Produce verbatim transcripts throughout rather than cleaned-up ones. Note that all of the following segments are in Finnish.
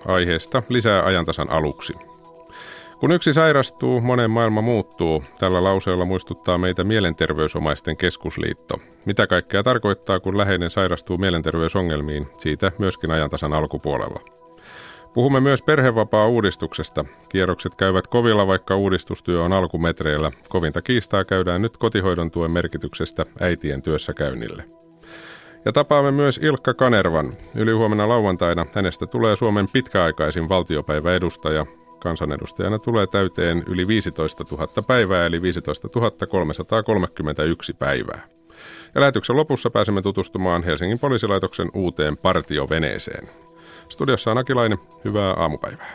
Aiheesta lisää ajantasan aluksi. Kun yksi sairastuu, monen maailma muuttuu. Tällä lauseella muistuttaa meitä Mielenterveysomaisten keskusliitto. Mitä kaikkea tarkoittaa, kun läheinen sairastuu mielenterveysongelmiin? Siitä myöskin ajantasan alkupuolella. Puhumme myös perhevapaa-uudistuksesta. Kierrokset käyvät kovilla, vaikka uudistustyö on alkumetreillä. Kovinta kiistaa käydään nyt kotihoidon tuen merkityksestä äitien työssäkäynnille. Ja tapaamme myös Ilkka Kanervan. Ylihuomenna lauantaina hänestä tulee Suomen pitkäaikaisin valtiopäiväedustaja. Kansanedustajana tulee täyteen yli viisitoistatuhatta päivää, eli viisitoistatuhatta kolmesataakolmekymmentäyksi päivää. Ja lähetyksen lopussa pääsemme tutustumaan Helsingin poliisilaitoksen uuteen partioveneeseen. Studiossa on Akilainen. Hyvää aamupäivää.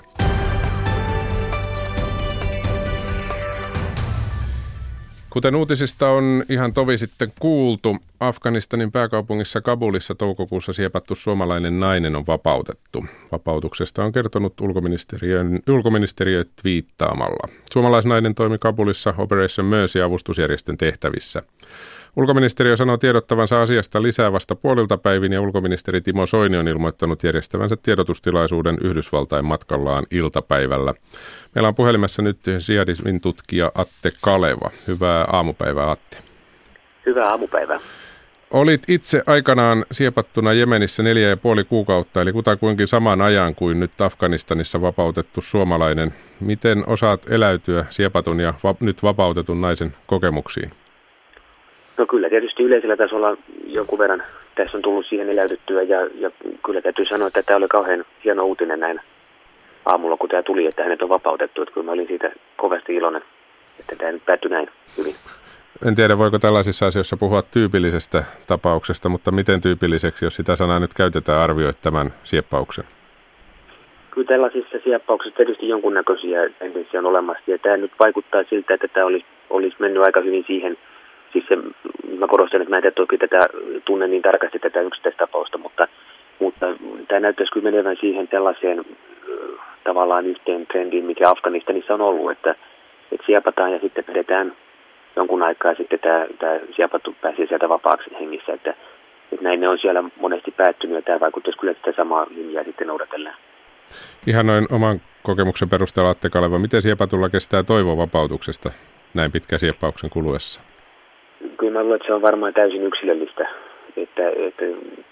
Kuten uutisista on ihan tovi sitten kuultu, Afganistanin pääkaupungissa Kabulissa toukokuussa siepattu suomalainen nainen on vapautettu. Vapautuksesta on kertonut ulkoministeriön, ulkoministeriö twiittaamalla. Suomalaisnainen toimi Kabulissa Operation Mercy-avustusjärjestön tehtävissä. Ulkoministeriö sanoo tiedottavansa asiasta lisää vasta puolilta päivin ja ulkoministeri Timo Soini on ilmoittanut järjestävänsä tiedotustilaisuuden Yhdysvaltain matkallaan iltapäivällä. Meillä on puhelimessa nyt jihadismin tutkija Atte Kaleva. Hyvää aamupäivää, Atte. Hyvää aamupäivää. Olit itse aikanaan siepattuna Jemenissä neljä ja puoli kuukautta, eli kutakuinkin saman ajan kuin nyt Afganistanissa vapautettu suomalainen. Miten osaat eläytyä siepatun ja va- nyt vapautetun naisen kokemuksiin? No kyllä, tietysti yleisellä tasolla jonkun verran tässä on tullut siihen eläytyttyä ja, ja kyllä täytyy sanoa, että tämä oli kauhean hieno uutinen näin aamulla, kun tämä tuli, että hänet on vapautettu. Että kyllä mä olin siitä kovasti iloinen, että tämä nyt päättyi näin hyvin. En tiedä, voiko tällaisissa asioissa puhua tyypillisestä tapauksesta, mutta miten tyypilliseksi, jos sitä sanaa nyt käytetään, arvioit tämän sieppauksen? Kyllä tällaisissa sieppauksissa tietysti jonkunnäköisiä tendenssiä on olemassa ja tämä nyt vaikuttaa siltä, että tämä olisi, olisi mennyt aika hyvin siihen. Siis se, mä korostan, että mä en tiedä toki tätä tunne niin tarkasti tätä yksittäistapausta, mutta, mutta tämä näyttäisi kyllä menevän siihen sellaiseen tavallaan yhteen trendiin, mikä Afganistanissa on ollut, että, että siepataan ja sitten vedetään jonkun aikaa ja sitten tämä, tämä siepattu pääsee sieltä vapaaksi hengissä, että, että näin ne on siellä monesti päättynyt ja tämä vaikuttaisi kyllä sitä samaa linjaa sitten noudatellaan. Ihan noin oman kokemuksen perusteella, Atte Kaleva, miten siepatulla kestää toivo vapautuksesta näin pitkän sieppauksen kuluessa? Kyllä mä luulen, että se on varmaan täysin yksilöllistä, että, että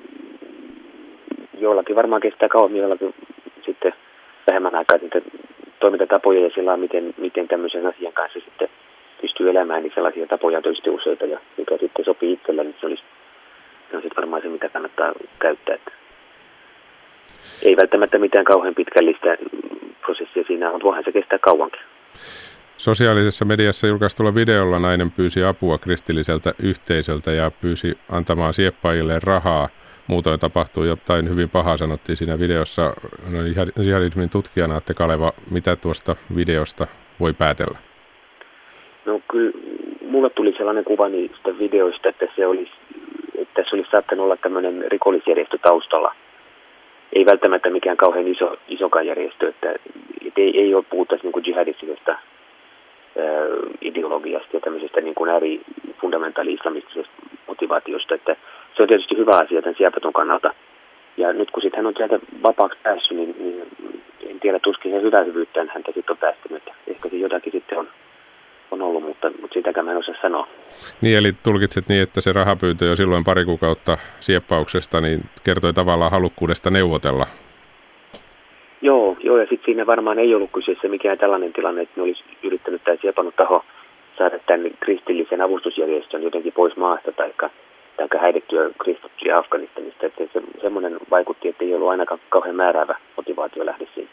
jollakin varmaan kestää kauemmin, jollakin sitten vähemmän aikaa niitä toimintatapoja ja sillä miten, miten tämmöisen asian kanssa sitten pystyy elämään, niin sellaisia tapoja on tietysti useita ja mikä sitten sopii itsellä, niin se olisi, se on sitten varmaan se, mitä kannattaa käyttää. Että ei välttämättä mitään kauhean pitkällistä prosessia siinä on, voihan se kestää kauankin. Sosiaalisessa mediassa julkaistulla videolla nainen pyysi apua kristilliseltä yhteisöltä ja pyysi antamaan sieppaajille rahaa. Muutoin tapahtui jotain hyvin pahaa, sanottiin siinä videossa. No, jihadismin tutkijana, Atte Kaleva, mitä tuosta videosta voi päätellä? No kyllä, mulle tuli sellainen kuva niistä videoista, että, se olisi, että tässä olisi saattanut olla tämmöinen rikollisjärjestö taustalla. Ei välttämättä mikään kauhean iso, isokaan järjestö, että, että ei, ei ole puhuttaisi niin kuin jihadistisesta ideologiasta ja tämmöisestä niin kuin ääri-fundamentaali-islamistisesta motivaatiosta, että se on tietysti hyvä asia tämän siepatun kannalta. Ja nyt kun sitten hän on sieltä vapaaksi päässyt, niin, niin en tiedä, tuskin se hyvää hyvyyttään häntä sitten on päästänyt. Ehkä se jotakin sitten on, on ollut, mutta, mutta sitäkään mä en osaa sanoa. Niin, eli tulkitset niin, että se rahapyyntö jo silloin pari kuukautta sieppauksesta, niin kertoi tavallaan halukkuudesta neuvotella. Joo, joo, ja sitten siinä varmaan ei ollut kyseessä mikään tällainen tilanne, että ne olisi yrittänyt tämä siepannut taho saada tämän kristillisen avustusjärjestön jotenkin pois maasta tai häirittyä kristittyjä Afganistanista. Että se, semmoinen vaikutti, että ei ollut ainakaan kauhean määräävä motivaatio lähde siinä.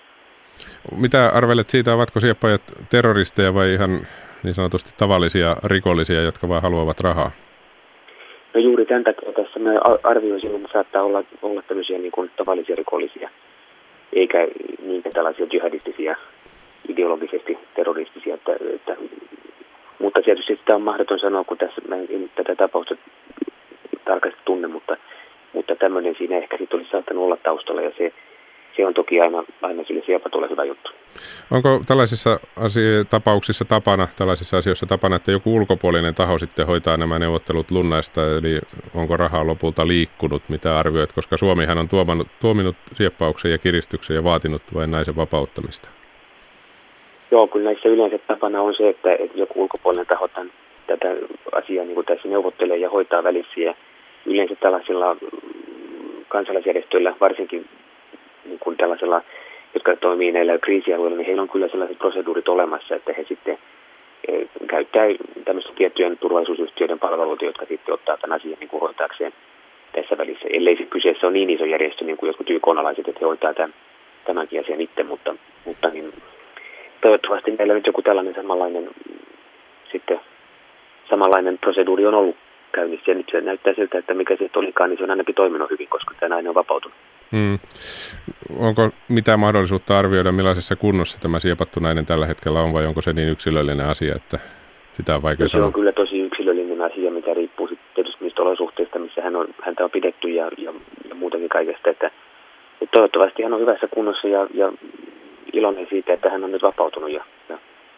Mitä arvelet siitä, ovatko sieppaajat terroristeja vai ihan niin sanotusti tavallisia rikollisia, jotka vaan haluavat rahaa? No juuri tämän takia tässä mä arvioisin, että saattaa olla, olla tämmöisiä niin kuin tavallisia rikollisia. Eikä niitä tällaisia jihadistisia, ideologisesti terroristisia, että, että, mutta tietysti sitä on mahdoton sanoa, kun tässä mä en tätä tapausta tarkasti tunne, mutta, mutta tämmöinen siinä ehkä sitten olisi saattanut olla taustalla ja se, se on toki aina, aina sille siepatulle hyvä juttu. Onko tällaisissa asia- tapauksissa tapana, tällaisissa asioissa tapana, että joku ulkopuolinen taho sitten hoitaa nämä neuvottelut lunnaista, eli onko rahaa lopulta liikkunut, mitä arvioit, koska Suomihan on tuominut, tuominut sieppauksen ja kiristyksen ja vaatinut vain naisen vapauttamista? Joo, kyllä näissä yleensä tapana on se, että, että joku ulkopuolinen taho tämän, tätä asiaa niin kuin tässä neuvottelee ja hoitaa välissä, ja yleensä tällaisilla kansalaisjärjestöillä, varsinkin niin kuin tällaisella, jotka toimii näillä kriisialueilla, niin heillä on kyllä sellaiset proseduurit olemassa, että he sitten e, käyttää tämmöistä tiettyjen turvallisuusyhtiöiden palveluita, jotka sitten ottaa tämän asian niin kuin hoitaakseen tässä välissä. Ellei se kyseessä on niin iso järjestö, niin kuin jotkut Y K-alaiset, että he hoitaa tämän, tämänkin asian itse, mutta, mutta niin, toivottavasti meillä nyt joku tällainen samanlainen, sitten, samanlainen proseduuri on ollut käynnissä. Ja nyt se näyttää siltä, että mikä se olikaan, niin se on ainakin toiminut hyvin, koska tämä nainen on vapautunut. Hmm. Onko mitään mahdollisuutta arvioida, millaisessa kunnossa tämä siepattu nainen tällä hetkellä on, vai onko se niin yksilöllinen asia, että sitä on vaikea no, sanoa? Se on kyllä tosi yksilöllinen asia, mikä riippuu sitten tietysti niistä olosuhteista, missä hän on, häntä on pidetty ja, ja, ja muutenkin kaikesta. Että, että toivottavasti hän on hyvässä kunnossa ja, ja iloinen siitä, että hän on nyt vapautunut. Ja, ja,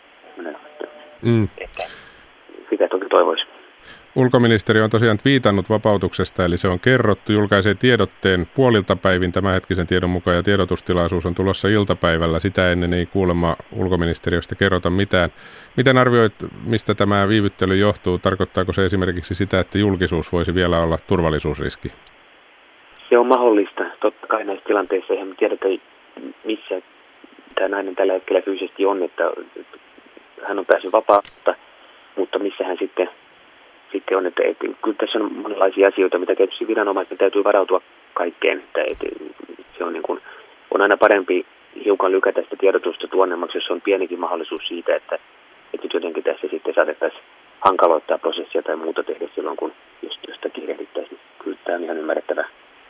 hmm. että, sitä toki toivoisi. Ulkoministeri on tosiaan viitannut vapautuksesta, eli se on kerrottu, julkaisee tiedotteen puolilta päivin tämänhetkisen tiedon mukaan, ja tiedotustilaisuus on tulossa iltapäivällä. Sitä ennen ei kuulemma ulkoministeriöstä kerrota mitään. Miten arvioit, mistä tämä viivyttely johtuu? Tarkoittaako se esimerkiksi sitä, että julkisuus voisi vielä olla turvallisuusriski? Se on mahdollista. Totta kai näissä tilanteissa eihän me tiedetä, missä tämä nainen tällä hetkellä fyysisesti on, että hän on päässyt vapautta, mutta missä hän sitten... Sitten on, että, että kyllä tässä on monenlaisia asioita, mitä tietysti viranomaisten täytyy varautua kaikkeen. Että, että se on, niin kuin, on aina parempi hiukan lykätä sitä tiedotusta tuonnemmaksi, jos on pienikin mahdollisuus siitä, että, että jotenkin tässä sitten saatettaisiin hankaloittaa prosessia tai muuta tehdä silloin, kun jos, jos sitä kiirehdittäisiin. Kyllä tämä on ihan ymmärrettävää.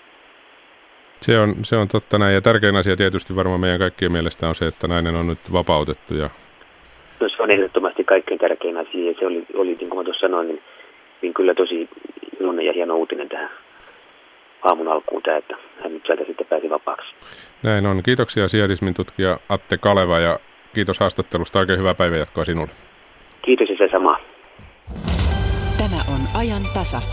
Se on, se on totta näin. Ja tärkein asia tietysti varmaan meidän kaikkien mielestä on se, että nainen on nyt vapautettu. Ja... No, se on ehdottomasti kaikkein tärkein asia. Ja se oli, oli niin kuin mä tuossa sanoin, niin Niin kyllä tosi iloinen ja hieno uutinen tähän aamun alkuun tämä, että hän nyt sieltä sitten pääsi vapaaksi. Näin on. Kiitoksia siadismin tutkija Atte Kaleva ja kiitos haastattelusta. Oikein hyvää päivänjatkoa sinulle. Kiitos ja se sama. Tämä on ajan tasa.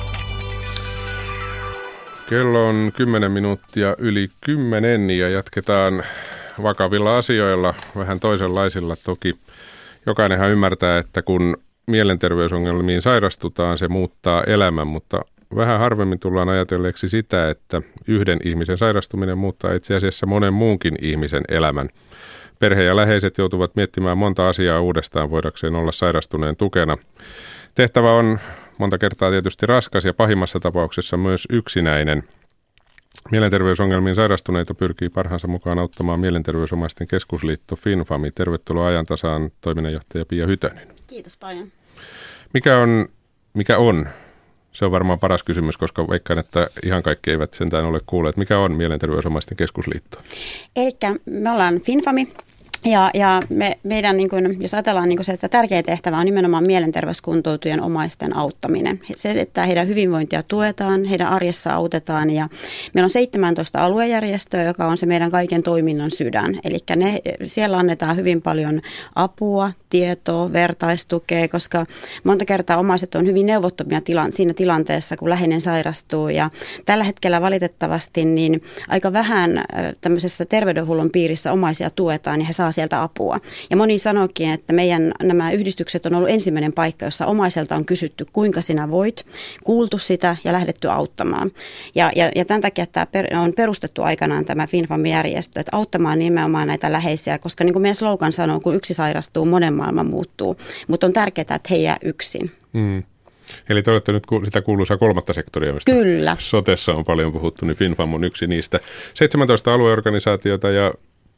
Kello on kymmenen minuuttia yli kymmenen ja jatketaan vakavilla asioilla, vähän toisenlaisilla toki. Jokainenhan ymmärtää, että kun mielenterveysongelmiin sairastutaan, se muuttaa elämän, mutta vähän harvemmin tullaan ajatelleeksi sitä, että yhden ihmisen sairastuminen muuttaa itse asiassa monen muunkin ihmisen elämän. Perhe ja läheiset joutuvat miettimään monta asiaa uudestaan voidakseen olla sairastuneen tukena. Tehtävä on monta kertaa tietysti raskas ja pahimmassa tapauksessa myös yksinäinen. Mielenterveysongelmiin sairastuneita pyrkii parhaansa mukaan auttamaan Mielenterveysomaisten keskusliitto FinFami. Tervetuloa Ajantasaan toiminnanjohtaja Pia Hytönen. Kiitos paljon. Mikä on, mikä on? Se on varmaan paras kysymys, koska veikkaan, että ihan kaikki eivät sentään ole kuulleet. Mikä on Mielenterveysomaisten keskusliitto? Elikkä me ollaan FinFami. Ja, ja me, meidän, niin kuin, jos ajatellaan niin kuin se, että tärkeä tehtävä on nimenomaan mielenterveyskuntoutujien omaisten auttaminen. Se, että heidän hyvinvointia tuetaan, heidän arjessa autetaan ja meillä on seitsemäntoista aluejärjestöä, joka on se meidän kaiken toiminnan sydän. Eli ne, siellä annetaan hyvin paljon apua, tietoa, vertaistukea, koska monta kertaa omaiset on hyvin neuvottomia tila, siinä tilanteessa, kun läheinen sairastuu. Ja tällä hetkellä valitettavasti niin aika vähän tämmöisessä terveydenhuollon piirissä omaisia tuetaan ja he saa sieltä apua. Ja moni sanoikin, että meidän nämä yhdistykset on ollut ensimmäinen paikka, jossa omaiselta on kysytty, kuinka sinä voit, kuultu sitä ja lähdetty auttamaan. Ja, ja, ja tämän takia tämä per, on perustettu aikanaan tämä FinFami-järjestö, että auttamaan nimenomaan näitä läheisiä, koska niin kuin meidän slogan sanoo, kun yksi sairastuu, monen maailma muuttuu. Mutta on tärkeää, että he jää yksin. Mm. Eli te olette nyt sitä kuuluisaa kolmatta sektoria, mistä Kyllä. sotessa on paljon puhuttu, niin FinFam on yksi niistä. seitsemäntoista alueorganisaatiota ja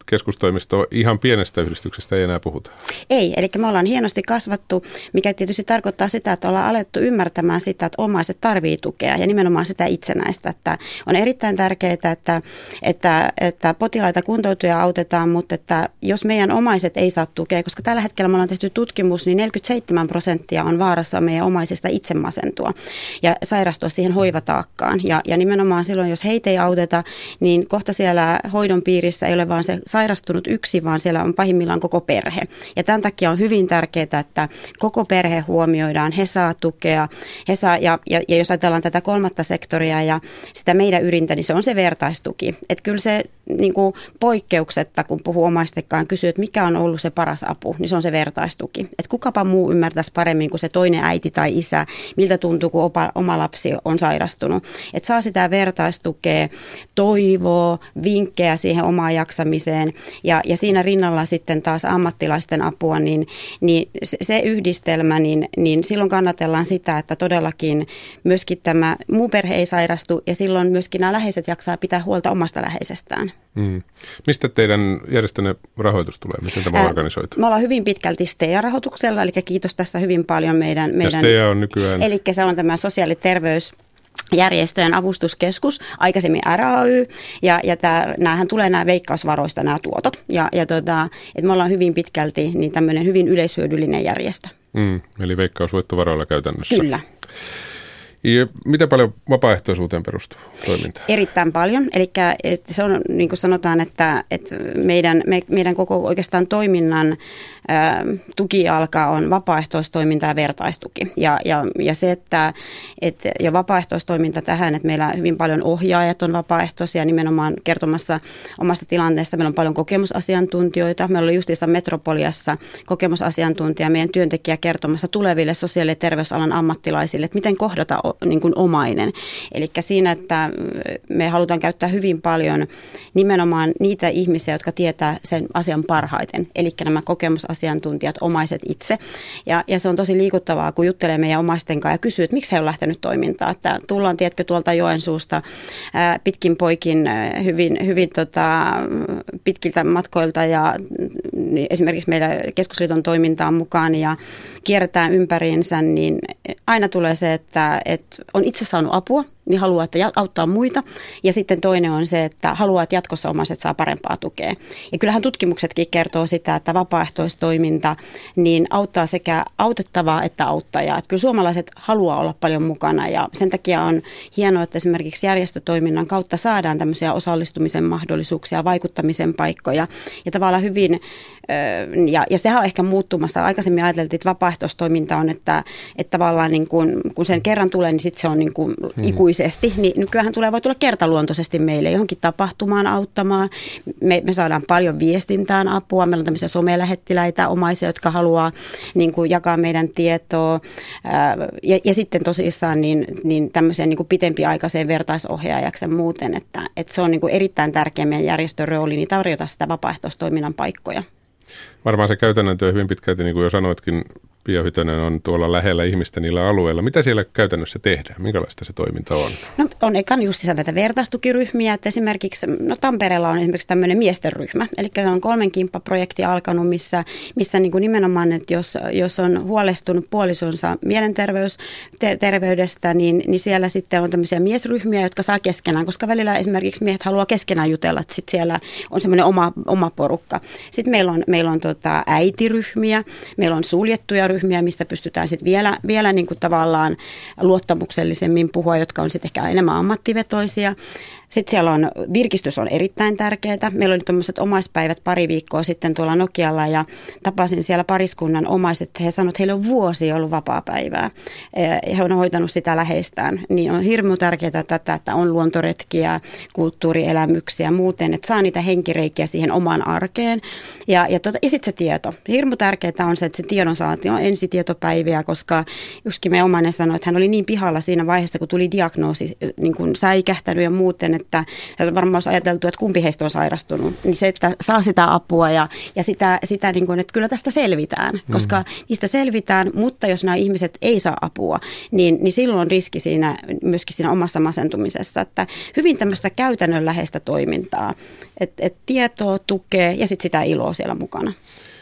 keskustoimisto, ihan pienestä yhdistyksestä ei enää puhuta. Ei, eli me ollaan hienosti kasvattu, mikä tietysti tarkoittaa sitä, että ollaan alettu ymmärtämään sitä, että omaiset tarvii tukea ja nimenomaan sitä itsenäistä. Että on erittäin tärkeää, että, että, että potilaita kuntoutujia autetaan, mutta että jos meidän omaiset ei saa tukea, koska tällä hetkellä me ollaan tehty tutkimus, niin neljäkymmentäseitsemän prosenttia on vaarassa meidän omaisista itse masentua ja sairastua siihen hoivataakkaan. Ja, ja nimenomaan silloin, jos heitä ei auteta, niin kohta siellä hoidon piirissä ei ole vaan se sairastunut yksi, vaan siellä on pahimmillaan koko perhe. Ja tämän takia on hyvin tärkeää, että koko perhe huomioidaan, he saa tukea, he saa, ja, ja, ja jos ajatellaan tätä kolmatta sektoria ja sitä meidän ydintä, niin se on se vertaistuki. Että kyllä se niin kuin poikkeuksetta, kun puhuu omaistenkaan, kysyy, että mikä on ollut se paras apu, niin se on se vertaistuki. Että kukapa muu ymmärtäisi paremmin kuin se toinen äiti tai isä, miltä tuntuu, kun opa, oma lapsi on sairastunut. Että saa sitä vertaistukea, toivoa, vinkkejä siihen omaan jaksamiseen ja, ja siinä rinnalla sitten taas ammattilaisten apua, niin, niin se yhdistelmä, niin, niin silloin kannatellaan sitä, että todellakin myöskin tämä muu perhe ei sairastu ja silloin myöskin nämä läheiset jaksaa pitää huolta omasta läheisestään. Mm. Mistä teidän järjestönne rahoitus tulee? Miten tämä on organisoitu? Me ollaan hyvin pitkälti S T E A-rahoituksella, eli kiitos tässä hyvin paljon meidän... meidän ja S T E A on nykyään... Eli se on tämä sosiaali- ja terveys... järjestöjen avustuskeskus, aikaisemmin R A Y, ja, ja tää, näähän tulee nämä veikkausvaroista nämä tuotot, ja, ja tota, että me ollaan hyvin pitkälti niin tämmöinen hyvin yleishyödyllinen järjestö. Mm, eli veikkausvoittovaroilla käytännössä. Kyllä. Ja miten paljon vapaaehtoisuuteen perustuu toimintaa? Erittäin paljon. Eli se on, niin kuin sanotaan, että, että meidän, me, meidän koko oikeastaan toiminnan ää, tukijalka on vapaaehtoistoiminta ja vertaistuki. Ja, ja, ja se, että et, ja vapaaehtoistoiminta tähän, että meillä hyvin paljon ohjaajat on vapaaehtoisia nimenomaan kertomassa omasta tilanteesta. Meillä on paljon kokemusasiantuntijoita. Meillä oli justiinsa Metropoliassa kokemusasiantuntija, meidän työntekijä kertomassa tuleville sosiaali- ja terveysalan ammattilaisille, että miten kohdata niin kuin omainen. Eli siinä, että me halutaan käyttää hyvin paljon nimenomaan niitä ihmisiä, jotka tietää sen asian parhaiten. Eli nämä kokemusasiantuntijat, omaiset itse. Ja, ja se on tosi liikuttavaa, kun juttelee meidän omaisten kanssa ja kysyy, että miksi he on lähtenyt toimintaan. Että tullaan, tiedätkö, tuolta Joensuusta ää, pitkin poikin ää, hyvin, hyvin tota, pitkiltä matkoilta ja niin esimerkiksi meidän keskusliiton toimintaan mukaan ja kierretään ympäriinsä, niin aina tulee se, että, että on itse saanut apua, niin haluaa, että auttaa muita. Ja sitten toinen on se, että haluaa, että jatkossa omaiset saa parempaa tukea. Ja kyllähän tutkimuksetkin kertoo sitä, että vapaaehtoistoiminta niin auttaa sekä autettavaa että auttajaa. Että kyllä suomalaiset haluaa olla paljon mukana ja sen takia on hienoa, että esimerkiksi järjestötoiminnan kautta saadaan tämmöisiä osallistumisen mahdollisuuksia, vaikuttamisen paikkoja ja tavallaan hyvin, ja, ja sehän on ehkä muuttumassa. Aikaisemmin ajateltiin, että vapaaehtoistoiminta on, että, että tavallaan niin kun, kun sen kerran tulee, niin sitten se on niin kuin ikuisesti, niin nykyään tulee, voi tulla kertaluontoisesti meille johonkin tapahtumaan auttamaan. Me, me saadaan paljon viestintään apua. Meillä on tämmöisiä somelähettiläitä, omaisia, jotka haluaa niin kuin jakaa meidän tietoa. Ja, ja sitten tosissaan niin, niin tämmöiseen niin kuin pitempiaikaiseen vertaisohjaajaksi muuten, että, että se on niin kuin erittäin tärkeä meidän järjestön rooli, niin tarjota sitä vapaaehtoistoiminnan paikkoja. Varmaan se käytännön työ hyvin pitkälti, niin kuin jo sanoitkin, Pia Hytönen on tuolla lähellä ihmistä niillä alueilla. Mitä siellä käytännössä tehdään? Minkälaista se toiminta on? No on ekan just näitä vertaistukiryhmiä, että esimerkiksi no Tampereella on esimerkiksi tämmöinen miesten ryhmä. Eli se on kolmen kimppa-projekti alkanut, missä, missä niin kuin nimenomaan, että jos, jos on huolestunut puolisonsa mielenterveydestä, niin, niin siellä sitten on tämmöisiä miesryhmiä, jotka saa keskenään, koska välillä esimerkiksi miehet haluaa keskenään jutella, että sitten siellä on semmoinen oma, oma porukka. Sitten meillä on, meillä on tota äitiryhmiä, meillä on suljettuja ryhmiä, mistä pystytään sitten vielä, vielä niin kuin tavallaan luottamuksellisemmin puhua, jotka on sitten ehkä enemmän ammattivetoisia. Sitten siellä on, virkistys on erittäin tärkeää. Meillä oli tuommoiset omaispäivät pari viikkoa sitten tuolla Nokialla ja tapasin siellä pariskunnan omaiset. He sanoivat, että heillä on vuosi ollut vapaapäivää. He on hoitanut sitä läheistään. Niin on hirmu tärkeää tätä, että on luontoretkiä, kulttuurielämyksiä muuten, että saa niitä henkireikiä siihen omaan arkeen. Ja, ja, tota, ja sitten se tieto. Hirmu tärkeää on se, että se tiedon saati on ensitietopäiviä, koska yksikin meidän omainen sanoi, että hän oli niin pihalla siinä vaiheessa, kun tuli diagnoosi, niin kuin säikähtänyt ja muuten, että varmaan olisi ajateltu, että kumpi heistä on sairastunut, niin se, että saa sitä apua ja, ja sitä, sitä niin kuin, että kyllä tästä selvitään, koska mm. niistä selvitään, mutta jos nämä ihmiset ei saa apua, niin, niin silloin on riski siinä, myöskin siinä omassa masentumisessa, että hyvin tämmöistä käytännönläheistä toimintaa, että et tietoa, tukea ja sitten sitä iloa siellä mukana.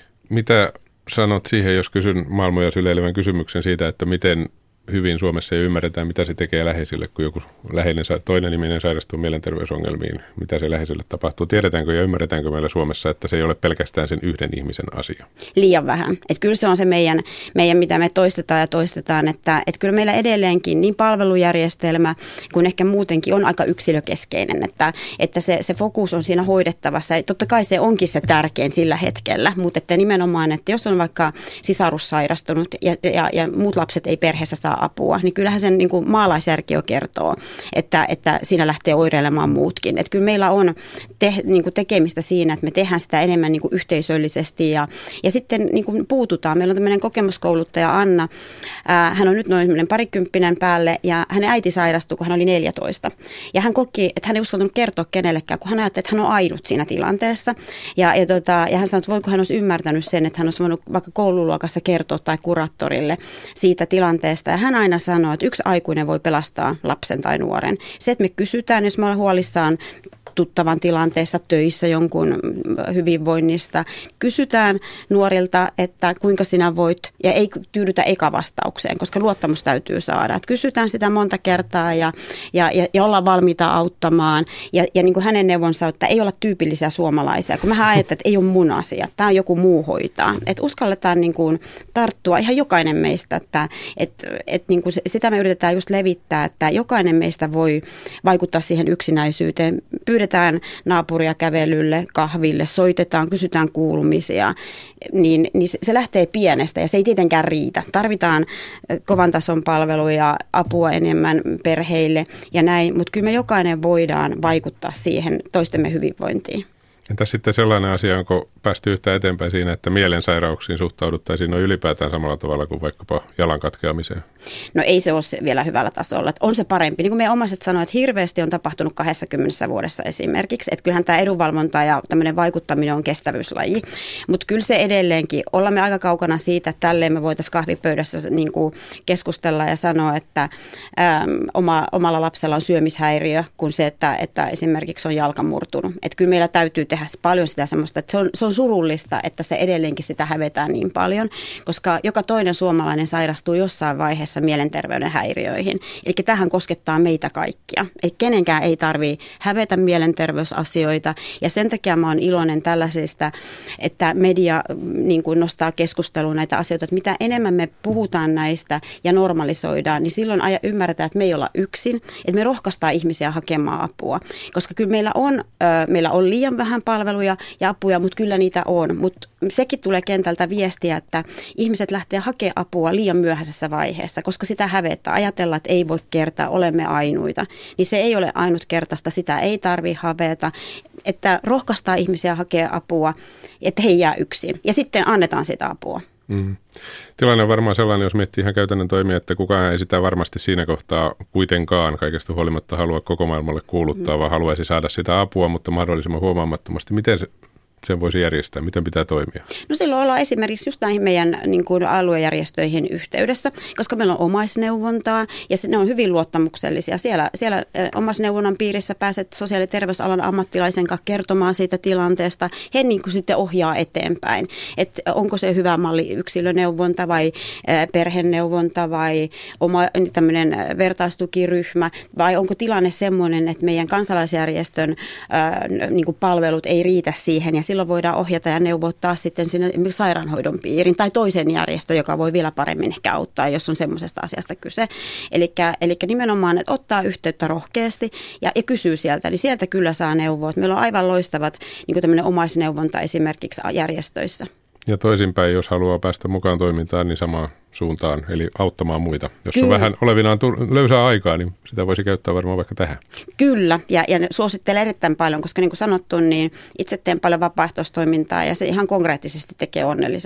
Mitä sanot siihen, jos kysyn maailmoja syleilevän kysymyksen siitä, että miten hyvin Suomessa ei ymmärretään, mitä se tekee läheisille, kun joku läheinen, toinen ihminen sairastuu mielenterveysongelmiin, mitä se läheiselle tapahtuu. Tiedetäänkö ja ymmärretäänkö meillä Suomessa, että se ei ole pelkästään sen yhden ihmisen asia? Liian vähän. Että kyllä se on se meidän, meidän, mitä me toistetaan ja toistetaan, että, että kyllä meillä edelleenkin niin palvelujärjestelmä kuin ehkä muutenkin on aika yksilökeskeinen, että, että se, se fokus on siinä hoidettavassa. Ja totta kai se onkin se tärkein sillä hetkellä, mutta että nimenomaan, että jos on vaikka sisarus sairastunut ja, ja, ja muut lapset ei perheessä saa apua, niin kyllähän sen niin kuin maalaisjärki jo kertoo, että, että siinä lähtee oireilemaan muutkin. Että kyllä meillä on te, niin kuin tekemistä siinä, että me tehdään sitä enemmän niin kuin yhteisöllisesti ja, ja sitten niin kuin puututaan. Meillä on tämmöinen kokemuskouluttaja Anna, ää, hän on nyt noin parikymppinen päälle ja hänen äiti sairastui, kun hän oli neljätoista. Ja hän koki, että hän ei uskaltanut kertoa kenellekään, kun hän ajatteli, että hän on ainut siinä tilanteessa. Ja, ja, tota, ja hän sanoi, että voiko hän olisi ymmärtänyt sen, että hän olisi voinut vaikka koululuokassa kertoa tai kuraattorille siitä tilanteesta. Ja hän aina sanoo, että yksi aikuinen voi pelastaa lapsen tai nuoren. Se, että me kysytään, jos me ollaan huolissaan tuttavan tilanteessa, töissä jonkun hyvinvoinnista. Kysytään nuorilta, että kuinka sinä voit, ja ei tyydytä eka-vastaukseen, koska luottamus täytyy saada. Että kysytään sitä monta kertaa ja, ja, ja, ja ollaan valmiita auttamaan. Ja, ja niin kuin hänen neuvonsa, että ei olla tyypillisiä suomalaisia, kun mä ajattelen, että ei ole mun asia, tämä on joku muu hoitaa. Että uskalletaan niin kuin tarttua ihan jokainen meistä, että et, et niin kuin sitä me yritetään just levittää, että jokainen meistä voi vaikuttaa siihen yksinäisyyteen. Pyydetään naapuria kävelylle, kahville, soitetaan, kysytään kuulumisia, niin, niin se lähtee pienestä ja se ei tietenkään riitä. Tarvitaan kovan tason palveluja, apua enemmän perheille ja näin, mutta kyllä me jokainen voidaan vaikuttaa siihen toistemme hyvinvointiin. Entäs sitten sellainen asia, onko päästy yhtään eteenpäin siinä, että mielensairauksiin suhtauduttaisiin no ylipäätään samalla tavalla kuin vaikkapa jalan katkeamiseen? No ei se ole vielä hyvällä tasolla. Että on se parempi. Niin kuin meidän omaiset sanoivat, että hirveästi on tapahtunut kaksikymmentä vuodessa esimerkiksi. Että kyllähän tämä edunvalvonta ja tämmöinen vaikuttaminen on kestävyyslaji. Mutta kyllä se edelleenkin, ollaan me aika kaukana siitä, että tälleen me voitaisiin kahvipöydässä niin kuin keskustella ja sanoa, että äm, oma, omalla lapsella on syömishäiriö, kuin se, että, että esimerkiksi on jalka murtunut. Että kyllä meillä täytyy tehdä paljon sitä semmoista, että se on, se on surullista, että se edelleenkin sitä hävetään niin paljon, koska joka toinen suomalainen sairastuu jossain vaiheessa mielenterveyden häiriöihin. Eli tähän koskettaa meitä kaikkia. Eli kenenkään ei tarvitse hävetä mielenterveysasioita ja sen takia mä oon iloinen tällaisista, että media niin kuin nostaa keskusteluun näitä asioita, että mitä enemmän me puhutaan näistä ja normalisoidaan, niin silloin ymmärretään, että me ei olla yksin, että me rohkaistaan ihmisiä hakemaan apua, koska kyllä meillä on, meillä on liian vähän palveluja ja apuja, mutta kyllä niitä on. Mutta sekin tulee kentältä viestiä, että ihmiset lähtee hakemaan apua liian myöhäisessä vaiheessa, koska sitä hävetää. Ajatella, että ei voi kertaa, olemme ainuita. Niin se ei ole ainutkertaista, sitä ei tarvitse haveta. Että rohkaistaan ihmisiä hakemaan apua, että he ei jää yksin. Ja sitten annetaan sitä apua. Mm. Tilanne on varmaan sellainen, jos miettii ihan käytännön toimia, että kukaan ei sitä varmasti siinä kohtaa kuitenkaan kaikesta huolimatta halua koko maailmalle kuuluttaa, mm. vaan haluaisi saada sitä apua, mutta mahdollisimman huomaamattomasti. Miten se, sen voisi järjestää? Miten pitää toimia? No silloin ollaan esimerkiksi just näihin meidän niin kuin aluejärjestöihin yhteydessä, koska meillä on omaisneuvontaa ja se, ne on hyvin luottamuksellisia. Siellä, siellä omaisneuvonnan piirissä pääset sosiaali- ja terveysalan ammattilaisen kanssa kertomaan siitä tilanteesta. He niin kuin sitten ohjaa eteenpäin, että onko se hyvä malli yksilöneuvonta vai perheneuvonta vai oma tämmöinen vertaistukiryhmä vai onko tilanne semmoinen, että meidän kansalaisjärjestön ää, niin kuin palvelut ei riitä siihen ja silloin voidaan ohjata ja neuvottaa sitten sinne esimerkiksi sairaanhoidon piirin tai toisen järjestön, joka voi vielä paremmin ehkä auttaa, jos on semmoisesta asiasta kyse. Eli nimenomaan, että ottaa yhteyttä rohkeasti ja, ja kysyy sieltä, niin sieltä kyllä saa neuvoa. Meillä on aivan loistavat niin kuin tämmöinen omaisneuvonta esimerkiksi järjestöissä. Ja toisinpäin, jos haluaa päästä mukaan toimintaan, niin samaan suuntaan, eli auttamaan muita. Jos Kyllä. on vähän olevinaan löysää aikaa, niin sitä voisi käyttää varmaan vaikka tähän. Kyllä, ja, ja suosittelen erittäin paljon, koska niin kuin sanottu, niin itse teen paljon vapaaehtoistoimintaa ja se ihan konkreettisesti tekee onnelliseksi.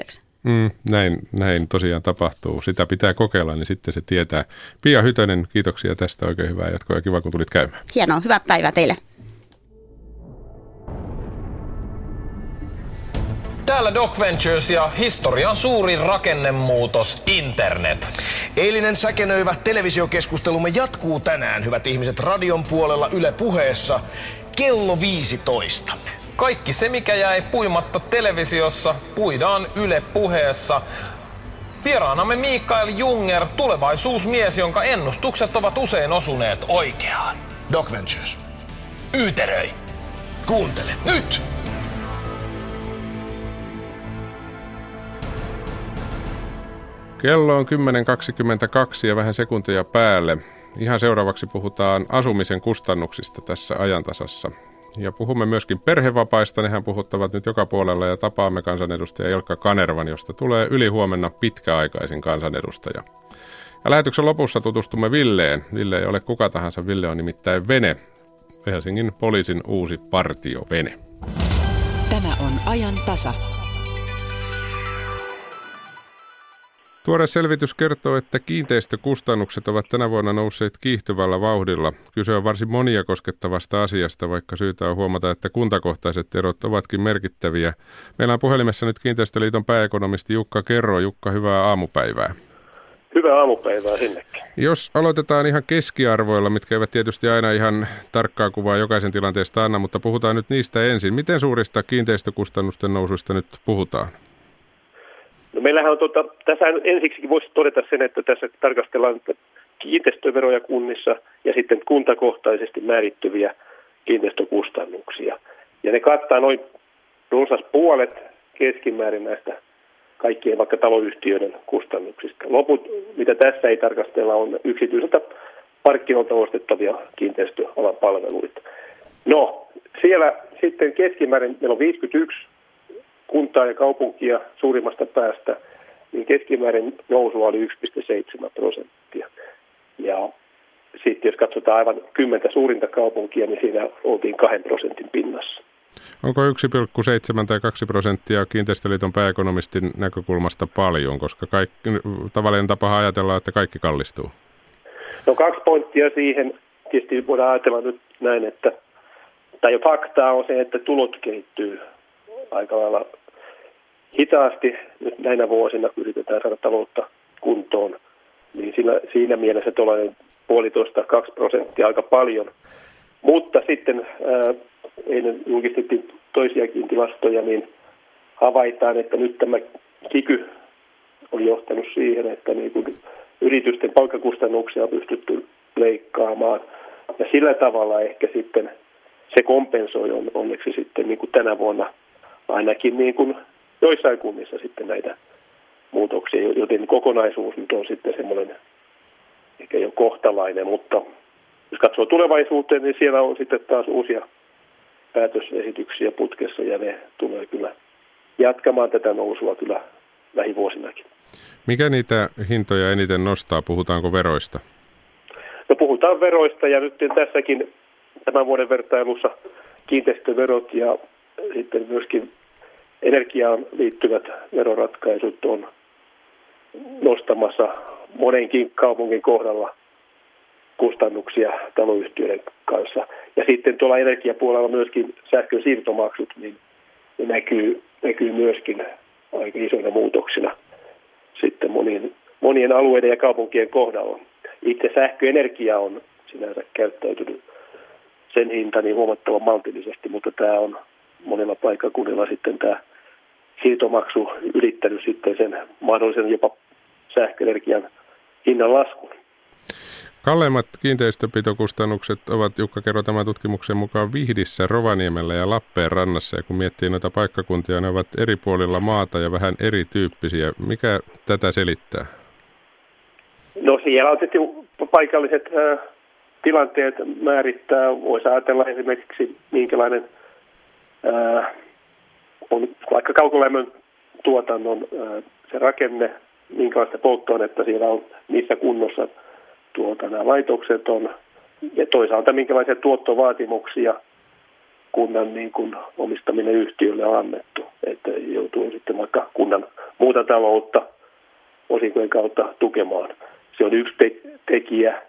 Mm, näin, näin tosiaan tapahtuu. Sitä pitää kokeilla, niin sitten se tietää. Pia Hytönen, kiitoksia tästä. Oikein hyvää jatkoa ja kiva, kun tulit käymään. Hienoa, hyvää päivää teille. Täällä Doc Ventures ja historian suurin rakennemuutos, internet. Eilinen säkenöivä televisiokeskustelumme jatkuu tänään, hyvät ihmiset, radion puolella Yle Puheessa kello viisitoista. Kaikki se, mikä jäi puimatta televisiossa, puidaan Yle Puheessa. Vieraanamme Mikael Junger, tulevaisuusmies, jonka ennustukset ovat usein osuneet oikeaan. Doc Ventures. Yyteröi. Kuuntele. Nyt! Kello on kymmenen kaksikymmentäkaksi ja vähän sekuntia päälle. Ihan seuraavaksi puhutaan asumisen kustannuksista tässä ajantasassa. Ja puhumme myöskin perhevapaista, nehän puhuttavat nyt joka puolella ja tapaamme kansanedustaja Ilkka Kanervan, josta tulee ylihuomenna pitkäaikaisin kansanedustaja. Ja lähetyksen lopussa tutustumme Villeen. Ville ei ole kuka tahansa, Ville on nimittäin Vene, Helsingin poliisin uusi partiovene. Tämä on ajan tasa. Tuore selvitys kertoo, että kiinteistökustannukset ovat tänä vuonna nousseet kiihtyvällä vauhdilla. Kyse on varsin monia koskettavasta asiasta, vaikka syytä on huomata, että kuntakohtaiset erot ovatkin merkittäviä. Meillä on puhelimessa nyt Kiinteistöliiton pääekonomisti Jukka Kerro. Jukka, hyvää aamupäivää. Hyvää aamupäivää sinnekin. Jos aloitetaan ihan keskiarvoilla, mitkä eivät tietysti aina ihan tarkkaa kuvaa jokaisen tilanteesta anna, mutta puhutaan nyt niistä ensin. Miten suurista kiinteistökustannusten nousuista nyt puhutaan? No meillähän on tuota, tässä ensiksikin voisi todeta sen, että tässä tarkastellaan kiinteistöveroja kunnissa ja sitten kuntakohtaisesti määrittyviä kiinteistökustannuksia. Ja ne kattaa noin runsas puolet keskimäärin näistä kaikkien vaikka taloyhtiöiden kustannuksista. Loput, mitä tässä ei tarkastella, on yksityiseltä markkinoilta ostettavia kiinteistöalan palveluita. No, siellä sitten keskimäärin meillä on viisikymmentäyksi kuntaa ja kaupunkia suurimmasta päästä, niin keskimäärin nousua oli yksi pilkku seitsemän prosenttia. Ja sitten jos katsotaan aivan kymmentä suurinta kaupunkia, niin siinä oltiin kahden prosentin pinnassa. Onko yksi pilkku seitsemän tai kaksi prosenttia Kiinteistöliiton pääekonomistin näkökulmasta paljon, koska kaikki, tavallinen tapa ajatella, että kaikki kallistuu? No kaksi pointtia siihen. Tietysti voidaan ajatella nyt näin, että tai faktaa on se, että tulot kehittyy aika lailla hitaasti. Nyt näinä vuosina yritetään saada taloutta kuntoon, niin siinä, siinä mielessä tuollainen puolitoista, kaksi prosenttia aika paljon. Mutta sitten ää, eilen julkistettiin toisiakin tilastoja, niin havaitaan, että nyt tämä kiky on johtanut siihen, että niin kuin yritysten palkkakustannuksia on pystytty leikkaamaan. Ja sillä tavalla ehkä sitten se kompensoi on, onneksi sitten niin kuin tänä vuonna ainakin niin kuin joissain kunnissa sitten näitä muutoksia, joten kokonaisuus nyt on sitten semmoinen ehkä jo kohtalainen, mutta jos katsoo tulevaisuuteen, niin siellä on sitten taas uusia päätösesityksiä putkessa ja ne tulee kyllä jatkamaan tätä nousua kyllä lähivuosinakin. Mikä niitä hintoja eniten nostaa? Puhutaanko veroista? No puhutaan veroista ja nyt tässäkin tämän vuoden vertailussa kiinteistöverot ja sitten myöskin energiaan liittyvät veroratkaisut on nostamassa monenkin kaupungin kohdalla kustannuksia taloyhtiöiden kanssa. Ja sitten tuolla energiapuolella myöskin sähkön siirtomaksut, niin ne näkyy, näkyy myöskin aika isoina muutoksina sitten monien, monien alueiden ja kaupunkien kohdalla. Itse sähköenergia on sinänsä käyttäytynyt sen hinta niin huomattavan maltillisesti, mutta tämä on monella paikkakunnilla sitten tämä siirtomaksu ylittänyt sitten sen mahdollisen jopa sähköenergian hinnan laskun. Kalleimmat kiinteistöpitokustannukset ovat, Jukka Kerro, tämän tutkimuksen mukaan Vihdissä, Rovaniemellä ja Lappeenrannassa. Ja kun miettii noita paikkakuntia, ne ovat eri puolilla maata ja vähän erityyppisiä. Mikä tätä selittää? No siellä on tietysti paikalliset äh, tilanteet määrittää. Voisi ajatella esimerkiksi minkälainen äh, on vaikka kaukolämmön tuotannon äh, se rakenne, minkälaista polttoainetta siellä on, missä kunnossa tuota, nämä laitokset on, ja toisaalta minkälaisia tuottovaatimuksia kunnan niin kuin omistaminen yhtiölle on annettu, että joutuu sitten vaikka kunnan muuta taloutta osinkojen kautta tukemaan. Se on yksi te- tekijä.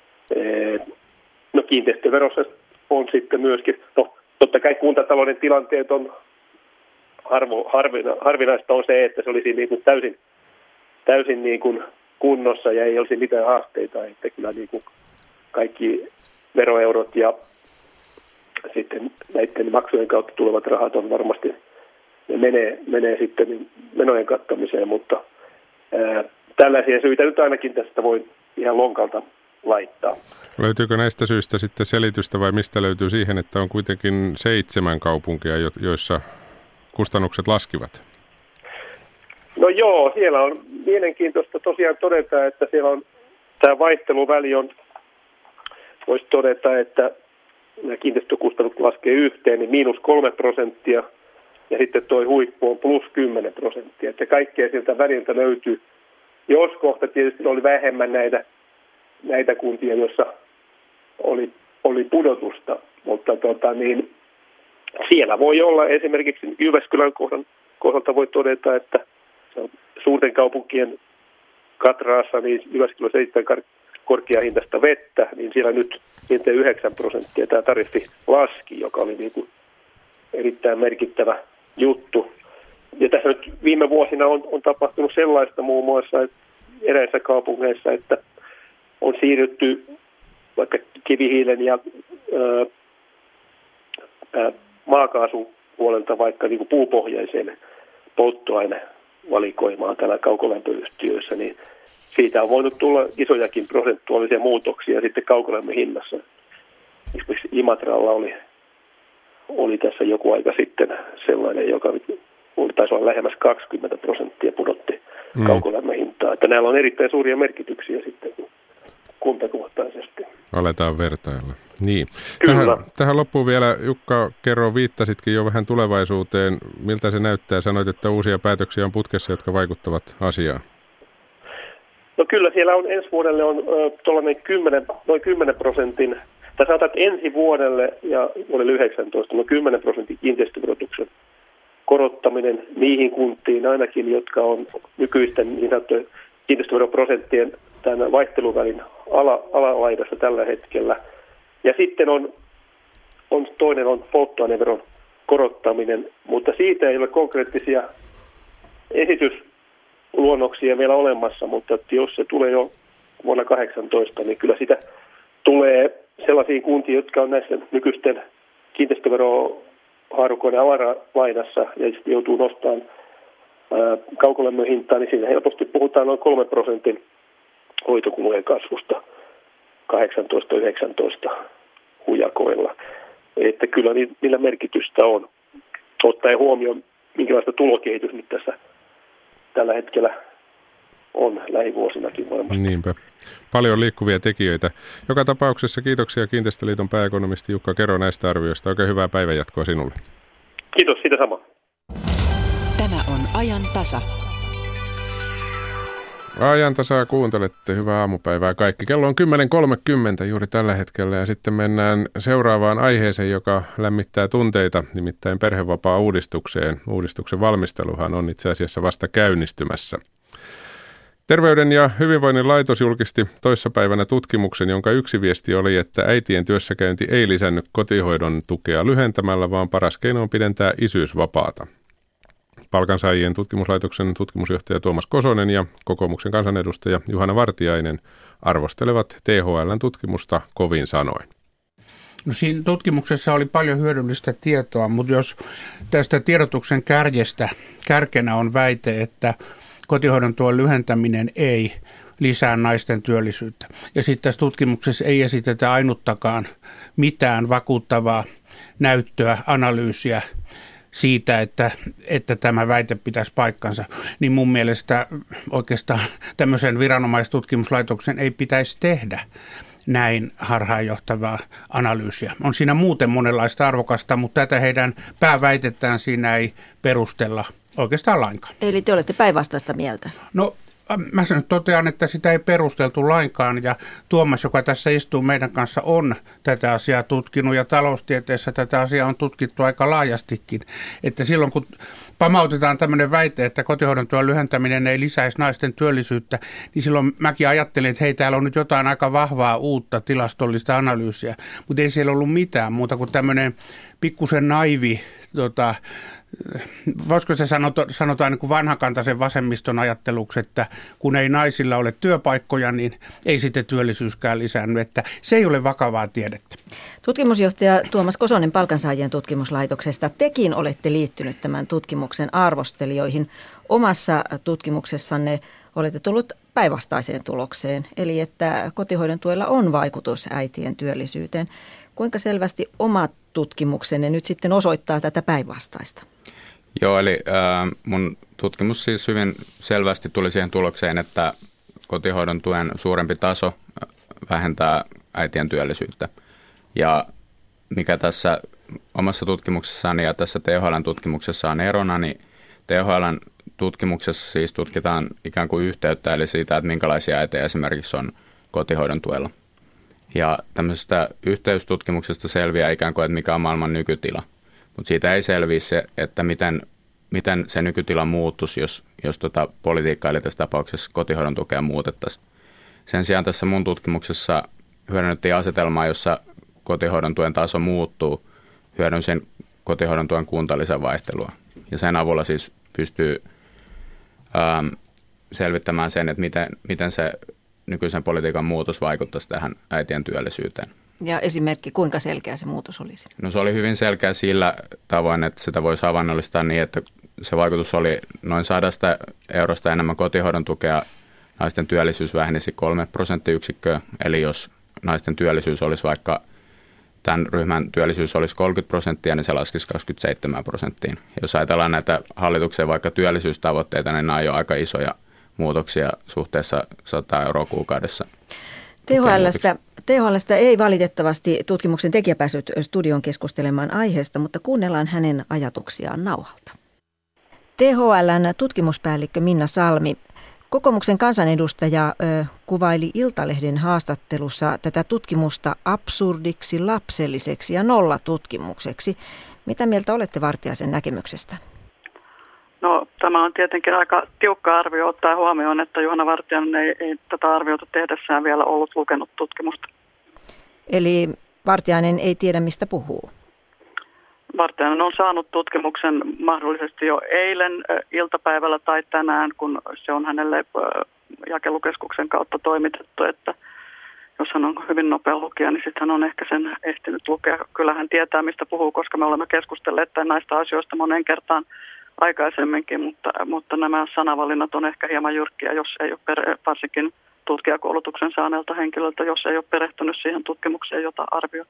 No kiinteistöverossa on sitten myöskin, no totta kai kuntatalouden tilanteet on harvo, harvina, harvinaista on se, että se olisi niin kuin täysin, täysin niin kuin kunnossa ja ei olisi mitään haasteita, että kyllä niin kuin kaikki veroeurot ja sitten näiden maksujen kautta tulevat rahat on varmasti, ne menee, menee sitten menojen kattamiseen, mutta ää, tällaisia syitä nyt ainakin tästä voi ihan lonkalta laittaa. Löytyykö näistä syistä sitten selitystä vai mistä löytyy siihen, että on kuitenkin seitsemän kaupunkia, joissa kustannukset laskivat? No joo, siellä on mielenkiintoista tosiaan todeta, että siellä on tämä vaihteluväli on, voisi todeta, että nämä kiinteistökustannukset laskee yhteen, niin miinus kolme prosenttia ja sitten tuo huippu on plus kymmenen prosenttia. Että kaikkea sieltä väliltä löytyy. Jos kohta tietysti oli vähemmän näitä, näitä kuntia, joissa oli, oli pudotusta, mutta tota, niin, siellä voi olla esimerkiksi Jyväskylän kohdan, kohdalta voi todeta, että suurten kaupunkien katraassa niin Jyväskylässä erittäin korkeahintaista vettä, niin siellä nyt yhdeksän prosenttia tämä tariffi laski, joka oli niin kuin erittäin merkittävä juttu. Ja tässä nyt viime vuosina on, on tapahtunut sellaista muun muassa että eräissä kaupungeissa, että on siirrytty vaikka kivihiilen ja ää, ää, maakaasupuolelta vaikka niin kuin puupohjaiseen polttoainevalikoimaan täällä kaukolämpöyhtiöissä, niin siitä on voinut tulla isojakin prosentuaalisia muutoksia sitten kaukolämmön hinnassa. Esimerkiksi Imatralla oli, oli tässä joku aika sitten sellainen, joka oli, taisi olla lähemmäs kaksikymmentä prosenttia pudotti mm. kaukolämmön hintaa. Että näillä on erittäin suuria merkityksiä sitten kuntakohtaisesti. Aletaan vertailla. Niin. Tähän, tähän loppuun vielä, Jukka, kerro, viittasitkin jo vähän tulevaisuuteen. Miltä se näyttää? Sanoit, että uusia päätöksiä on putkessa, jotka vaikuttavat asiaan. No kyllä siellä on ensi vuodelle on tuollainen kymmenen, noin kymmenen prosentin, tai sanotaan, että ensi vuodelle ja vuodelle yhdeksäntoista noin kymmenen prosentin kiinteistöverotuksen korottaminen niihin kuntiin ainakin, jotka on nykyisten niin sanottujen kiinteistöveroprosenttien tämän vaihteluvälin ala, alalaidassa tällä hetkellä. Ja sitten on, on toinen on polttoaineveron korottaminen, mutta siitä ei ole konkreettisia esitysluonnoksia vielä olemassa, mutta jos se tulee jo vuonna kahdeksantoista, niin kyllä sitä tulee sellaisiin kuntiin, jotka on näissä nykyisten kiinteistöverohaarukoiden alalaidassa ja sitten joutuu nostamaan kaukolämmön hintaa, niin siinä helposti puhutaan noin kolmen prosentin hoitokulujen kasvusta kahdeksantoista yhdeksäntoista hujakoilla. Että kyllä niillä merkitystä on. Ottaen huomioon, minkälaista tulokehitys nyt tässä tällä hetkellä on lähivuosinakin varmasti. Niinpä. Paljon liikkuvia tekijöitä. Joka tapauksessa kiitoksia Kiinteistöliiton pääekonomisti Jukka Kero näistä arvioista. Oikein hyvää päivänjatkoa sinulle. Kiitos, siitä sama. Tämä on ajan tasa. Ajan tasaa kuuntelette. Hyvää aamupäivää kaikki. Kello on kymmenen kolmekymmentä juuri tällä hetkellä ja sitten mennään seuraavaan aiheeseen, joka lämmittää tunteita, nimittäin perhevapaa-uudistukseen. Uudistuksen valmisteluhan on itse asiassa vasta käynnistymässä. Terveyden ja hyvinvoinnin laitos julkisti toissapäivänä tutkimuksen, jonka yksi viesti oli, että äitien työssäkäynti ei lisännyt kotihoidon tukea lyhentämällä, vaan paras keino on pidentää isyysvapaata. Palkansaajien tutkimuslaitoksen tutkimusjohtaja Tuomas Kosonen ja kokoomuksen kansanedustaja Juhana Vartiainen arvostelevat T H L:n tutkimusta kovin sanoin. No siinä tutkimuksessa oli paljon hyödyllistä tietoa, mutta jos tästä tiedotuksen kärjestä kärkenä on väite, että kotihoidon tuen lyhentäminen ei lisää naisten työllisyyttä. Ja sitten tässä tutkimuksessa ei esitetä ainuttakaan mitään vakuuttavaa näyttöä, analyysiä siitä, että, että tämä väite pitäisi paikkansa, niin mun mielestä oikeastaan tämmöisen viranomaistutkimuslaitoksen ei pitäisi tehdä näin harhaanjohtavaa analyysiä. On siinä muuten monenlaista arvokasta, mutta tätä heidän pääväitettään siinä ei perustella oikeastaan lainkaan. Eli te olette päinvastaista mieltä? No mä sen totean, että sitä ei perusteltu lainkaan, ja Tuomas, joka tässä istuu meidän kanssa, on tätä asiaa tutkinut, ja taloustieteessä tätä asiaa on tutkittu aika laajastikin, että silloin kun pamautetaan tämmöinen väite, että kotihoidon tuen lyhentäminen ei lisäisi naisten työllisyyttä, niin silloin mäkin ajattelin, että hei, täällä on nyt jotain aika vahvaa uutta tilastollista analyysiä, mutta ei siellä ollut mitään muuta kuin tämmöinen pikkusen naivi, tota, voisiko se sanota, sanotaan niin kuin vanhakantaisen vasemmiston ajatteluksi, että kun ei naisilla ole työpaikkoja, niin ei sitten työllisyyskään lisännyt, että se ei ole vakavaa tiedettä. Tutkimusjohtaja Tuomas Kosonen Palkansaajien tutkimuslaitoksesta, tekin olette liittynyt tämän tutkimuksen arvostelijoihin. Omassa tutkimuksessanne olette tullut päinvastaiseen tulokseen, eli että kotihoidon tuella on vaikutus äitien työllisyyteen. Kuinka selvästi oma tutkimuksenne nyt sitten osoittaa tätä päinvastaista? Joo, eli äh, mun tutkimus siis hyvin selvästi tuli siihen tulokseen, että kotihoidon tuen suurempi taso vähentää äitien työllisyyttä. Ja mikä tässä omassa tutkimuksessani ja tässä T H L:n tutkimuksessa on erona, niin T H L:n tutkimuksessa siis tutkitaan ikään kuin yhteyttä, eli siitä, että minkälaisia äitejä esimerkiksi on kotihoidon tuella. Ja tämmöisestä yhteystutkimuksesta selviää ikään kuin, että mikä on maailman nykytila. Mutta siitä ei selviä se, että miten, miten se nykytila muuttuisi, jos, jos tota politiikkaa, eli tässä tapauksessa kotihoidon tukea muutettaisiin. Sen sijaan tässä mun tutkimuksessa hyödynnettiin asetelmaa, jossa kotihoidon tuen taso muuttuu. Hyödynsin kotihoidon tuen kuntalisän vaihtelua. Ja sen avulla siis pystyy ähm, selvittämään sen, että miten, miten se nykyisen politiikan muutos vaikuttaisi tähän äitien työllisyyteen. Ja esimerkki, kuinka selkeä se muutos olisi? No se oli hyvin selkeä sillä tavoin, että sitä voisi havainnollistaa niin, että se vaikutus oli noin sadasta eurosta enemmän kotihoidon tukea. Naisten työllisyys vähenisi kolme prosenttiyksikköä, eli jos naisten työllisyys olisi vaikka, tämän ryhmän työllisyys olisi kolmekymmentä prosenttia, niin se laskisi kaksikymmentäseitsemän prosenttiin. Jos ajatellaan näitä hallituksen vaikka työllisyystavoitteita, niin nämä on jo aika isoja muutoksia suhteessa sata euroa kuukaudessa. T H L:stä, T H L:stä ei valitettavasti tutkimuksen tekijä päässyt studion keskustelemaan aiheesta, mutta kuunnellaan hänen ajatuksiaan nauhalta. T H L:n tutkimuspäällikkö Minna Salmi, kokoomuksen kansanedustaja ö, kuvaili Iltalehden haastattelussa tätä tutkimusta absurdiksi, lapselliseksi ja nollatutkimukseksi. Mitä mieltä olette Vartiaisen näkemyksestä? No, tämä on tietenkin aika tiukka arvio ottaa huomioon, että Juhana Vartiainen ei, ei tätä arviota tehdessään vielä ollut lukenut tutkimusta. Eli Vartiainen ei tiedä, mistä puhuu? Vartiainen on saanut tutkimuksen mahdollisesti jo eilen iltapäivällä tai tänään, kun se on hänelle jakelukeskuksen kautta toimitettu, että jos hän on hyvin nopea lukija, niin sitten hän on ehkä sen ehtinyt lukea. Kyllä hän tietää, mistä puhuu, koska me olemme keskustelleet näistä asioista monen kertaan aikaisemminkin, mutta, mutta nämä sanavalinnat on ehkä hieman jyrkkiä, jos ei ole per, varsinkin tutkijakoulutuksen saaneelta henkilöltä, jos ei ole perehtynyt siihen tutkimukseen, jota arvioi.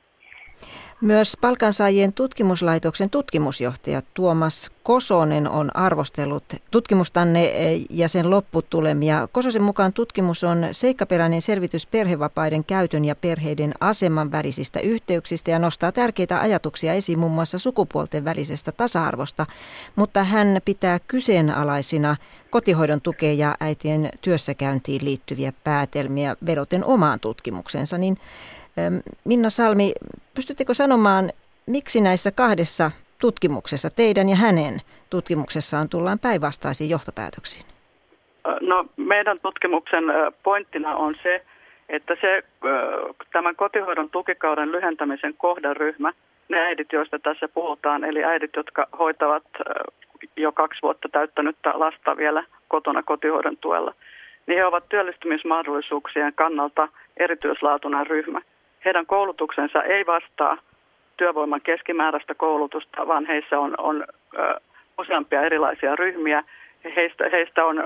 Myös Palkansaajien tutkimuslaitoksen tutkimusjohtaja Tuomas Kosonen on arvostellut tutkimustanne ja sen lopputulemia. Kososen mukaan tutkimus on seikkaperäinen selvitys perhevapaiden käytön ja perheiden aseman välisistä yhteyksistä ja nostaa tärkeitä ajatuksia esiin muun muassa sukupuolten välisestä tasa-arvosta, mutta hän pitää kyseenalaisina kotihoidon tukea ja äitien työssäkäyntiin liittyviä päätelmiä vedoten omaan tutkimuksensa, niin Minna Salmi, pystyttekö sanomaan, miksi näissä kahdessa tutkimuksessa, teidän ja hänen tutkimuksessaan, tullaan päinvastaisiin johtopäätöksiin? No, meidän tutkimuksen pointtina on se, että se, tämän kotihoidon tukikauden lyhentämisen kohderyhmä, ne äidit, joista tässä puhutaan, eli äidit, jotka hoitavat jo kaksi vuotta täyttänyttä lasta vielä kotona kotihoidon tuella, niin he ovat työllistymismahdollisuuksien kannalta erityislaatuinen ryhmä. Heidän koulutuksensa ei vastaa työvoiman keskimääräistä koulutusta, vaan heissä on, on ö, useampia erilaisia ryhmiä. Heistä, heistä on ö,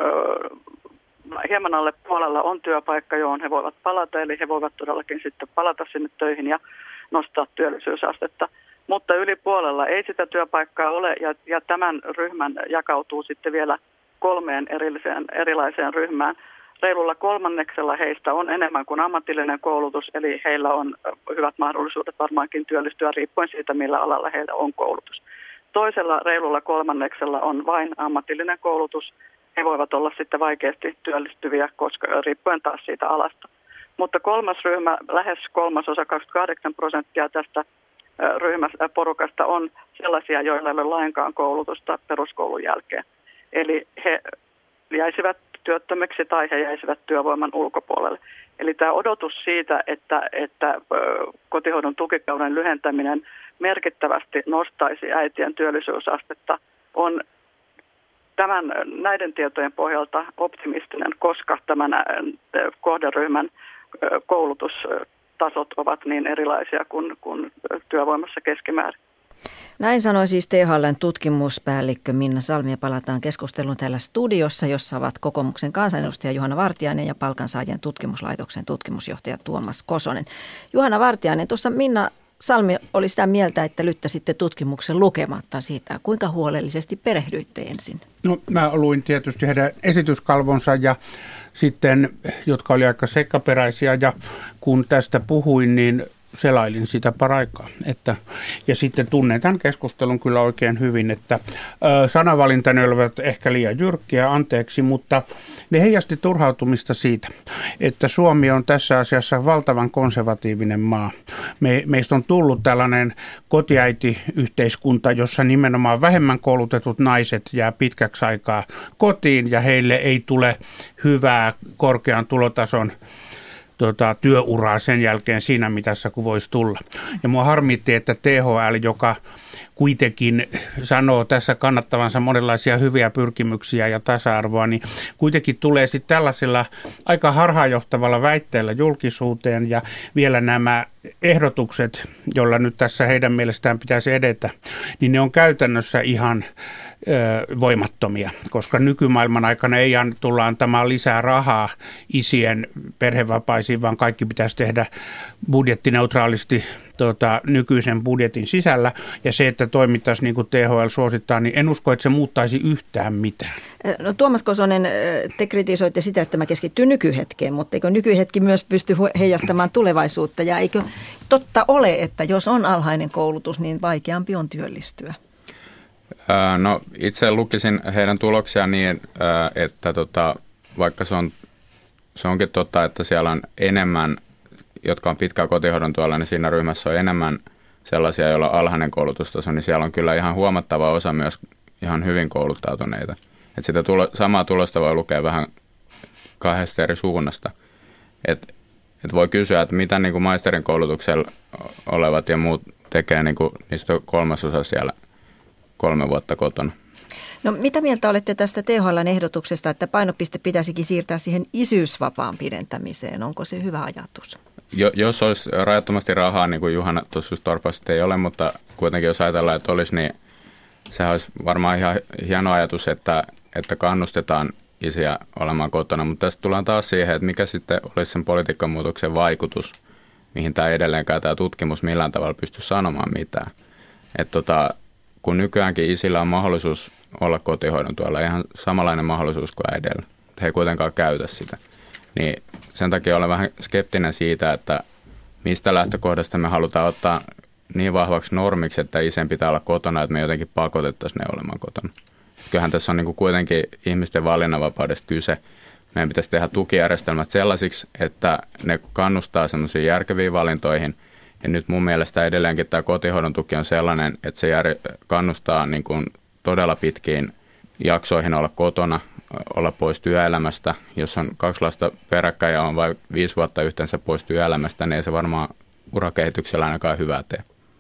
hieman alle puolella on työpaikka, johon he voivat palata, eli he voivat todellakin sitten palata sinne töihin ja nostaa työllisyysastetta. Mutta yli puolella ei sitä työpaikkaa ole, ja, ja tämän ryhmän jakautuu sitten vielä kolmeen erilliseen, erilaiseen ryhmään. Reilulla kolmanneksella heistä on enemmän kuin ammatillinen koulutus, eli heillä on hyvät mahdollisuudet varmaankin työllistyä riippuen siitä, millä alalla heillä on koulutus. Toisella reilulla kolmanneksella on vain ammatillinen koulutus. he voivat olla sitten vaikeasti työllistyviä, koska riippuen taas siitä alasta. Mutta kolmas ryhmä, lähes kolmasosa, kaksikymmentäkahdeksan prosenttia tästä ryhmästä porukasta on sellaisia, joilla ei ole lainkaan koulutusta peruskoulun jälkeen. Eli he jäisivät työttömiksi tai he jäisivät työvoiman ulkopuolelle. Eli tämä odotus siitä, että, että kotihoidon tukikauden lyhentäminen merkittävästi nostaisi äitien työllisyysastetta, on tämän, näiden tietojen pohjalta optimistinen, koska tämän kohderyhmän koulutustasot ovat niin erilaisia kuin, kuin työvoimassa keskimäärin. Näin sanoi siis T H L:n tutkimuspäällikkö Minna Salmi, ja palataan keskusteluun täällä studiossa, jossa ovat kokoomuksen kansanedustaja Juhana Vartiainen ja Palkansaajien tutkimuslaitoksen tutkimusjohtaja Tuomas Kosonen. Juhana Vartiainen, tuossa Minna Salmi oli sitä mieltä, että lyttäsitte tutkimuksen lukematta siitä. Kuinka huolellisesti perehdyitte ensin? No mä luin tietysti heidän esityskalvonsa ja sitten, jotka oli aika sekkaperäisiä, ja kun tästä puhuin, niin selailin sitä paraikaa. Että, ja sitten tunnen tämän keskustelun kyllä oikein hyvin, että ö, sanavalintani olivat ehkä liian jyrkkiä, anteeksi, mutta ne heijasti turhautumista siitä, että Suomi on tässä asiassa valtavan konservatiivinen maa. Me, meistä on tullut tällainen kotiäitiyhteiskunta, jossa nimenomaan vähemmän koulutetut naiset jää pitkäksi aikaa kotiin ja heille ei tule hyvää korkean tulotason Tuota, työuraa sen jälkeen siinä mitassa, kun voisi tulla. Ja mua harmitti, että T H L, joka kuitenkin sanoo tässä kannattavansa monenlaisia hyviä pyrkimyksiä ja tasa-arvoa, niin kuitenkin tulee sitten tällaisilla aika harhaanjohtavalla väitteellä julkisuuteen, ja vielä nämä ehdotukset, joilla nyt tässä heidän mielestään pitäisi edetä, niin ne on käytännössä ihan voimattomia, koska nykymaailman aikana ei tulla antamaan lisää rahaa isien perhevapaisiin, vaan kaikki pitäisi tehdä budjettineutraalisti tuota, nykyisen budjetin sisällä. Ja se, että toimittaisiin niin kuin T H L suosittaa, niin en usko, että se muuttaisi yhtään mitään. No, Tuomas Kosonen, te kritisoitte sitä, että tämä keskittyy nykyhetkeen, mutta eikö nykyhetki myös pysty heijastamaan tulevaisuutta? Ja eikö totta ole, että jos on alhainen koulutus, niin vaikeampi on työllistyä? No itse lukisin heidän tuloksia niin, että tota, vaikka se, on, se onkin totta, että siellä on enemmän, jotka on pitkään kotihoidon tuolla, niin siinä ryhmässä on enemmän sellaisia, joilla on alhainen koulutustaso, niin siellä on kyllä ihan huomattava osa myös ihan hyvin kouluttautuneita. Että sitä tulo, samaa tulosta voi lukea vähän kahdesta eri suunnasta. Et, et voi kysyä, että mitä niin kuin maisterin koulutuksella olevat ja muut tekee, niin kuin niistä on kolmasosa siellä kolme vuotta kotona. No mitä mieltä olette tästä T H L:n ehdotuksesta, että painopiste pitäisikin siirtää siihen isyysvapaan pidentämiseen? Onko se hyvä ajatus? Jo, jos olisi rajattomasti rahaa, niin kuin Juhana tuossa torpasti ei ole, mutta kuitenkin jos ajatellaan, että olisi, niin sehän olisi varmaan ihan hieno ajatus, että, että kannustetaan isiä olemaan kotona. Mutta tästä tullaan taas siihen, että mikä sitten olisi sen politiikkamuutoksen vaikutus, mihin tämä edelleenkään tämä tutkimus millään tavalla pysty sanomaan mitään. Että tota, kun nykyäänkin isillä on mahdollisuus olla kotihoidon tuolla, ihan samanlainen mahdollisuus kuin äidillä, he ei kuitenkaan käytä sitä, niin sen takia olen vähän skeptinen siitä, että mistä lähtökohdasta me halutaan ottaa niin vahvaksi normiksi, että isän pitää olla kotona, että me jotenkin pakotettaisiin ne olemaan kotona. Kyllähän tässä on niin kuin kuitenkin ihmisten valinnanvapaudesta kyse. Meidän pitäisi tehdä tukijärjestelmät sellaisiksi, että ne kannustaa sellaisiin järkeviin valintoihin. Ja nyt mun mielestä edelleenkin tämä kotihoidon tuki on sellainen, että se kannustaa niin kuin todella pitkiin jaksoihin olla kotona, olla pois työelämästä. Jos on kaksi lasta peräkkäin ja on vain viisi vuotta yhteensä pois työelämästä, niin ei se varmaan urakehityksellä ainakaan hyvää tee.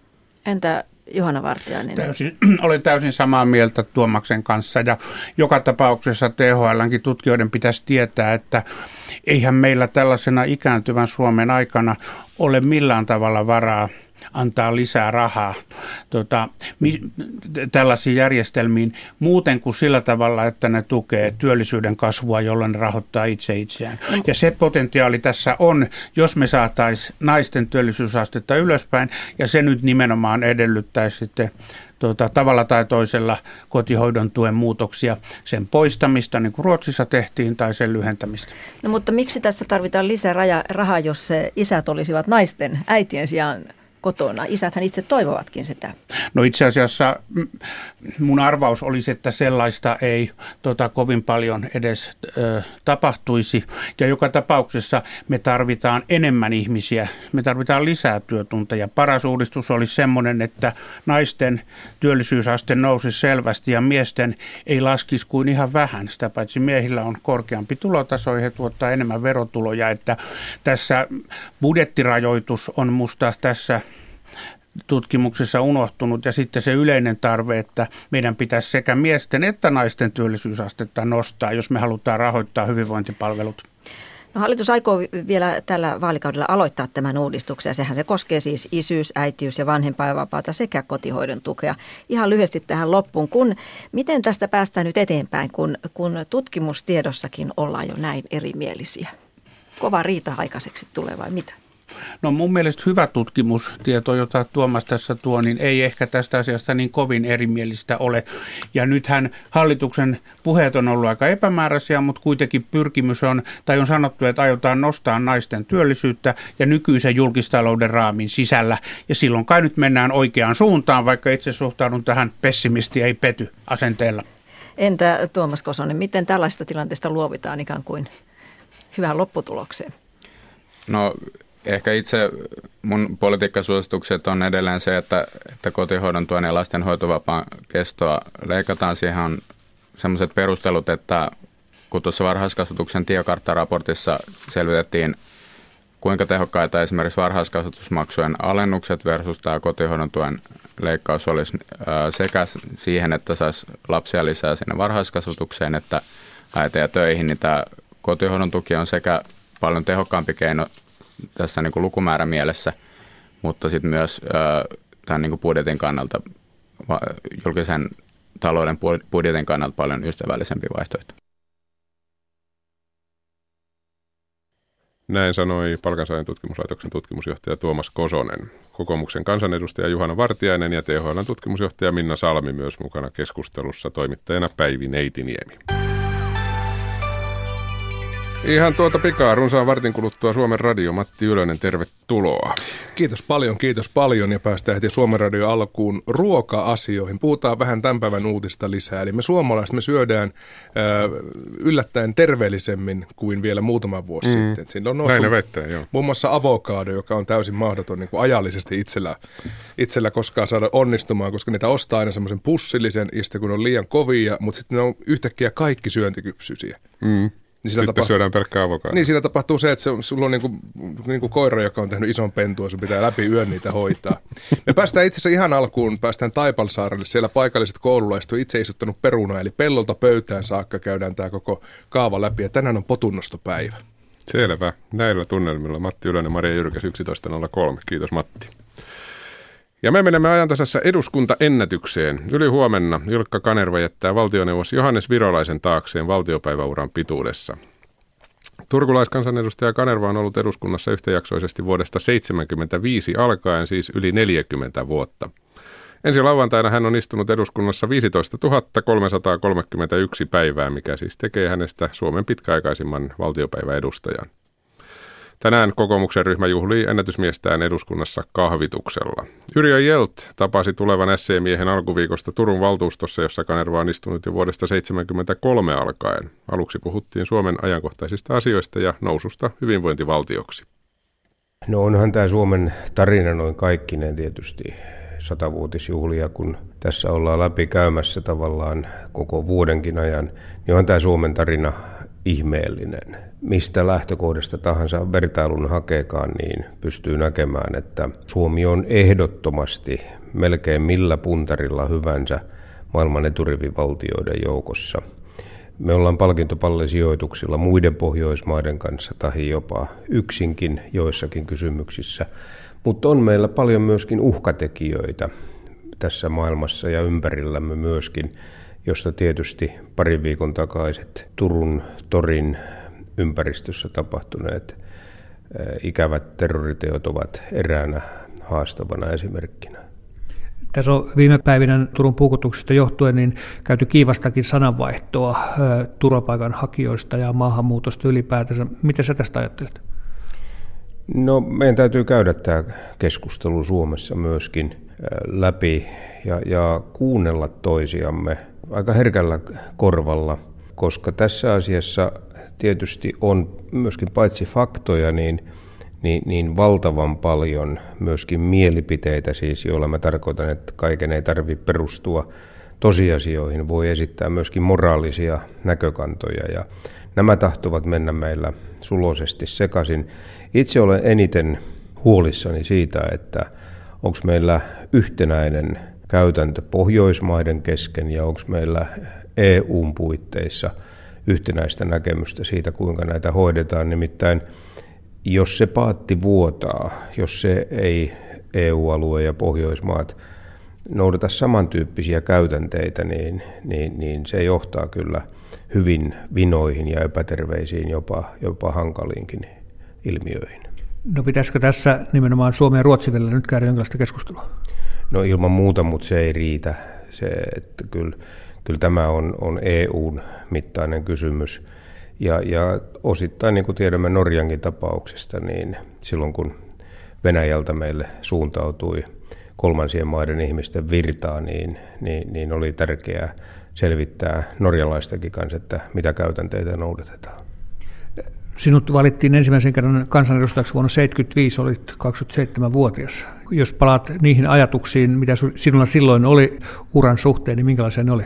Entä Juhana Vartiainen? Täysin, olen täysin samaa mieltä Tuomaksen kanssa, ja joka tapauksessa T H L:nkin tutkijoiden pitäisi tietää, että eihän meillä tällaisena ikääntyvän Suomen aikana ole millään tavalla varaa antaa lisää rahaa tota, mi, tällaisiin järjestelmiin muuten kuin sillä tavalla, että ne tukee työllisyyden kasvua, jolloin ne rahoittaa itse itseään. Ja se potentiaali tässä on, jos me saataisiin naisten työllisyysastetta ylöspäin, ja se nyt nimenomaan edellyttäisi sitten Tuota, tavalla tai toisella kotihoidon tuen muutoksia, sen poistamista, niin kuin Ruotsissa tehtiin, tai sen lyhentämistä. No mutta miksi tässä tarvitaan lisää raja, rahaa, jos isät olisivat naisten, äitien sijaan kotona. Isäthän itse toivovatkin sitä. No itse asiassa mun arvaus olisi, että sellaista ei tota, kovin paljon edes ö, tapahtuisi. Ja joka tapauksessa me tarvitaan enemmän ihmisiä, me tarvitaan lisää työtunteja. Paras uudistus olisi semmoinen, että naisten työllisyysaste nousisi selvästi ja miesten ei laskisi kuin ihan vähän. Sitä paitsi miehillä on korkeampi tulotaso ja he tuottaa enemmän verotuloja. Että tässä budjettirajoitus on musta tässä tutkimuksessa unohtunut ja sitten se yleinen tarve, että meidän pitäisi sekä miesten että naisten työllisyysastetta nostaa, jos me halutaan rahoittaa hyvinvointipalvelut. No, hallitus aikoo vielä tällä vaalikaudella aloittaa tämän uudistuksen ja sehän se koskee siis isyys-, äitiys- ja vanhempainvapaata sekä kotihoidon tukea. Ihan lyhyesti tähän loppuun, kun, miten tästä päästään nyt eteenpäin, kun, kun tutkimustiedossakin ollaan jo näin erimielisiä? Kova riita aikaiseksi tulee vai mitä? No mun mielestä hyvä tutkimustieto, jota Tuomas tässä tuo, niin ei ehkä tästä asiasta niin kovin erimielistä ole. Ja nythän hallituksen puheet on ollut aika epämääräisiä, mutta kuitenkin pyrkimys on, tai on sanottu, että aiotaan nostaa naisten työllisyyttä ja nykyisen julkistalouden raamin sisällä. Ja silloin kai nyt mennään oikeaan suuntaan, vaikka itse suhtaudun tähän pessimisti ei pety asenteella. Entä Tuomas Kosonen, miten tällaista tilanteesta luovitaan ikään kuin hyvään lopputulokseen? No ehkä itse mun politiikkasuositukset on edelleen se, että, että kotihoidon tuen ja lastenhoitovapaan kestoa leikataan. Siihen on sellaiset perustelut, että kun tuossa varhaiskasvatuksen tiekarttaraportissa selvitettiin, kuinka tehokkaita esimerkiksi varhaiskasvatusmaksujen alennukset versus tämä kotihoidon tuen leikkaus olisi sekä siihen, että saisi lapsia lisää sinne varhaiskasvatukseen, että äitejä töihin, niin tämä kotihoidon tuki on sekä paljon tehokkaampi keino tässä niin kuin lukumäärä mielessä, mutta sitten myös ö, tämän niin kuin budjetin kannalta, julkisen talouden budjetin kannalta paljon ystävällisempi vaihtoehto. Näin sanoi Palkansaajan tutkimuslaitoksen tutkimusjohtaja Tuomas Kosonen. Kokoomuksen kansanedustaja Juhana Vartiainen ja T H L:n tutkimusjohtaja Minna Salmi myös mukana keskustelussa, toimittajana Päivi Neitiniemi. Ihan tuota pikaa runsaan vartin kuluttua Suomen Radio. Matti Ylönen, tervetuloa. Kiitos paljon, kiitos paljon ja päästään heti Suomen Radio alkuun ruoka-asioihin. Puhutaan vähän tämän päivän uutista lisää. Eli me suomalaiset me syödään äh, yllättäen terveellisemmin kuin vielä muutama vuosi mm. sitten. Siinä on noussut vettä, joo. muun muassa avokaado, joka on täysin mahdoton niin kuin ajallisesti itsellä, itsellä koskaan saada onnistumaan, koska niitä ostaa aina semmoisen pussillisen, ja sitten kun on liian kovia, mutta sitten ne on yhtäkkiä kaikki syöntikypsyisiä. Mm. Niin sitten tapahtuu, syödään pelkkää avokadoa. Niin siinä tapahtuu se, että se, sulla on niin kuin, niin kuin koira, joka on tehnyt ison pentua, sun pitää läpi yön niitä hoitaa. Me päästään itse asiassa ihan alkuun, päästään Taipalsaarelle. Siellä paikalliset koululaiset on itse istuttanut perunaa, eli pellolta pöytään saakka käydään tämä koko kaava läpi. Ja tänään on potunnostopäivä. Selvä. Näillä tunnelmilla Matti Ylönen, Maria Jyrkäs, yksitoista nolla kolme. Kiitos Matti. Ja me menemme ajantasassa eduskuntaennätykseen. Yli huomenna Ilkka Kanerva jättää valtioneuvos Johannes Virolaisen taakseen valtiopäiväuran pituudessa. Turkulaiskansanedustaja Kanerva on ollut eduskunnassa yhtäjaksoisesti vuodesta seitsemänkymmentäviisi alkaen, siis yli neljäkymmentä vuotta. Ensi lauantaina hän on istunut eduskunnassa viisitoistatuhatta kolmesataakolmekymmentäyksi päivää, mikä siis tekee hänestä Suomen pitkäaikaisimman valtiopäiväedustajan. Tänään kokoomuksen ryhmä juhlii ennätysmiestään eduskunnassa kahvituksella. Yrjö Jelt tapasi tulevan S C-miehen alkuviikosta Turun valtuustossa, jossa Kanerva on istunut jo vuodesta seitsemänkymmentäkolme alkaen. Aluksi puhuttiin Suomen ajankohtaisista asioista ja noususta hyvinvointivaltioksi. No onhan tämä Suomen tarina noin kaikkineen tietysti satavuotisjuhlia, kun tässä ollaan läpi käymässä tavallaan koko vuodenkin ajan, niin on tämä Suomen tarina ihmeellinen. Mistä lähtökohdasta tahansa vertailun hakeekaan, niin pystyy näkemään, että Suomi on ehdottomasti melkein millä puntarilla hyvänsä maailman eturivivaltioiden joukossa. Me ollaan palkintopallisijoituksilla muiden Pohjoismaiden kanssa tai jopa yksinkin joissakin kysymyksissä, mutta on meillä paljon myöskin uhkatekijöitä tässä maailmassa ja ympärillämme myöskin, josta tietysti parin viikon takaiset Turun torin ympäristössä tapahtuneet ikävät terroriteot ovat eräänä haastavana esimerkkinä. Tässä on viime päivinä Turun puukotuksesta johtuen niin käyty kiivastakin sananvaihtoa turvapaikanhakijoista ja maahanmuutosta ylipäätänsä. Miten sä tästä ajattelet? No meidän täytyy käydä tämä keskustelu Suomessa myöskin läpi ja, ja kuunnella toisiamme aika herkällä korvalla, koska tässä asiassa tietysti on myöskin paitsi faktoja, niin, niin, niin valtavan paljon myöskin mielipiteitä, siis joilla mä tarkoitan, että kaiken ei tarvitse perustua tosiasioihin, voi esittää myöskin moraalisia näkökantoja ja nämä tahtovat mennä meillä suloisesti sekaisin. Itse olen eniten huolissani siitä, että onko meillä yhtenäinen käytäntö Pohjoismaiden kesken ja onko meillä E U:n puitteissa yhtenäistä näkemystä siitä, kuinka näitä hoidetaan. Nimittäin jos se paatti vuotaa, jos se ei E U-alue ja Pohjoismaat noudata samantyyppisiä käytänteitä, niin, niin, niin se johtaa kyllä hyvin vinoihin ja epäterveisiin, jopa, jopa hankaliinkin ilmiöihin. No pitäisikö tässä nimenomaan Suomen ja Ruotsin välillä nyt käydä jonkinlaista keskustelua? No ilman muuta, mutta se ei riitä. Se, että kyllä, kyllä tämä on, on E U:n mittainen kysymys. Ja, ja osittain, niin kuin tiedämme Norjankin tapauksesta, niin silloin kun Venäjältä meille suuntautui kolmansien maiden ihmisten virtaa, niin, niin, niin oli tärkeää selvittää norjalaistakin kanssa, että mitä käytänteitä noudatetaan. Sinut valittiin ensimmäisen kerran kansanedustajaksi vuonna tuhatyhdeksänsataaseitsemänkymmentäviisi, olit kaksikymmentäseitsemänvuotias. Jos palaat niihin ajatuksiin, mitä sinulla silloin oli uran suhteen, niin minkälaisia ne oli?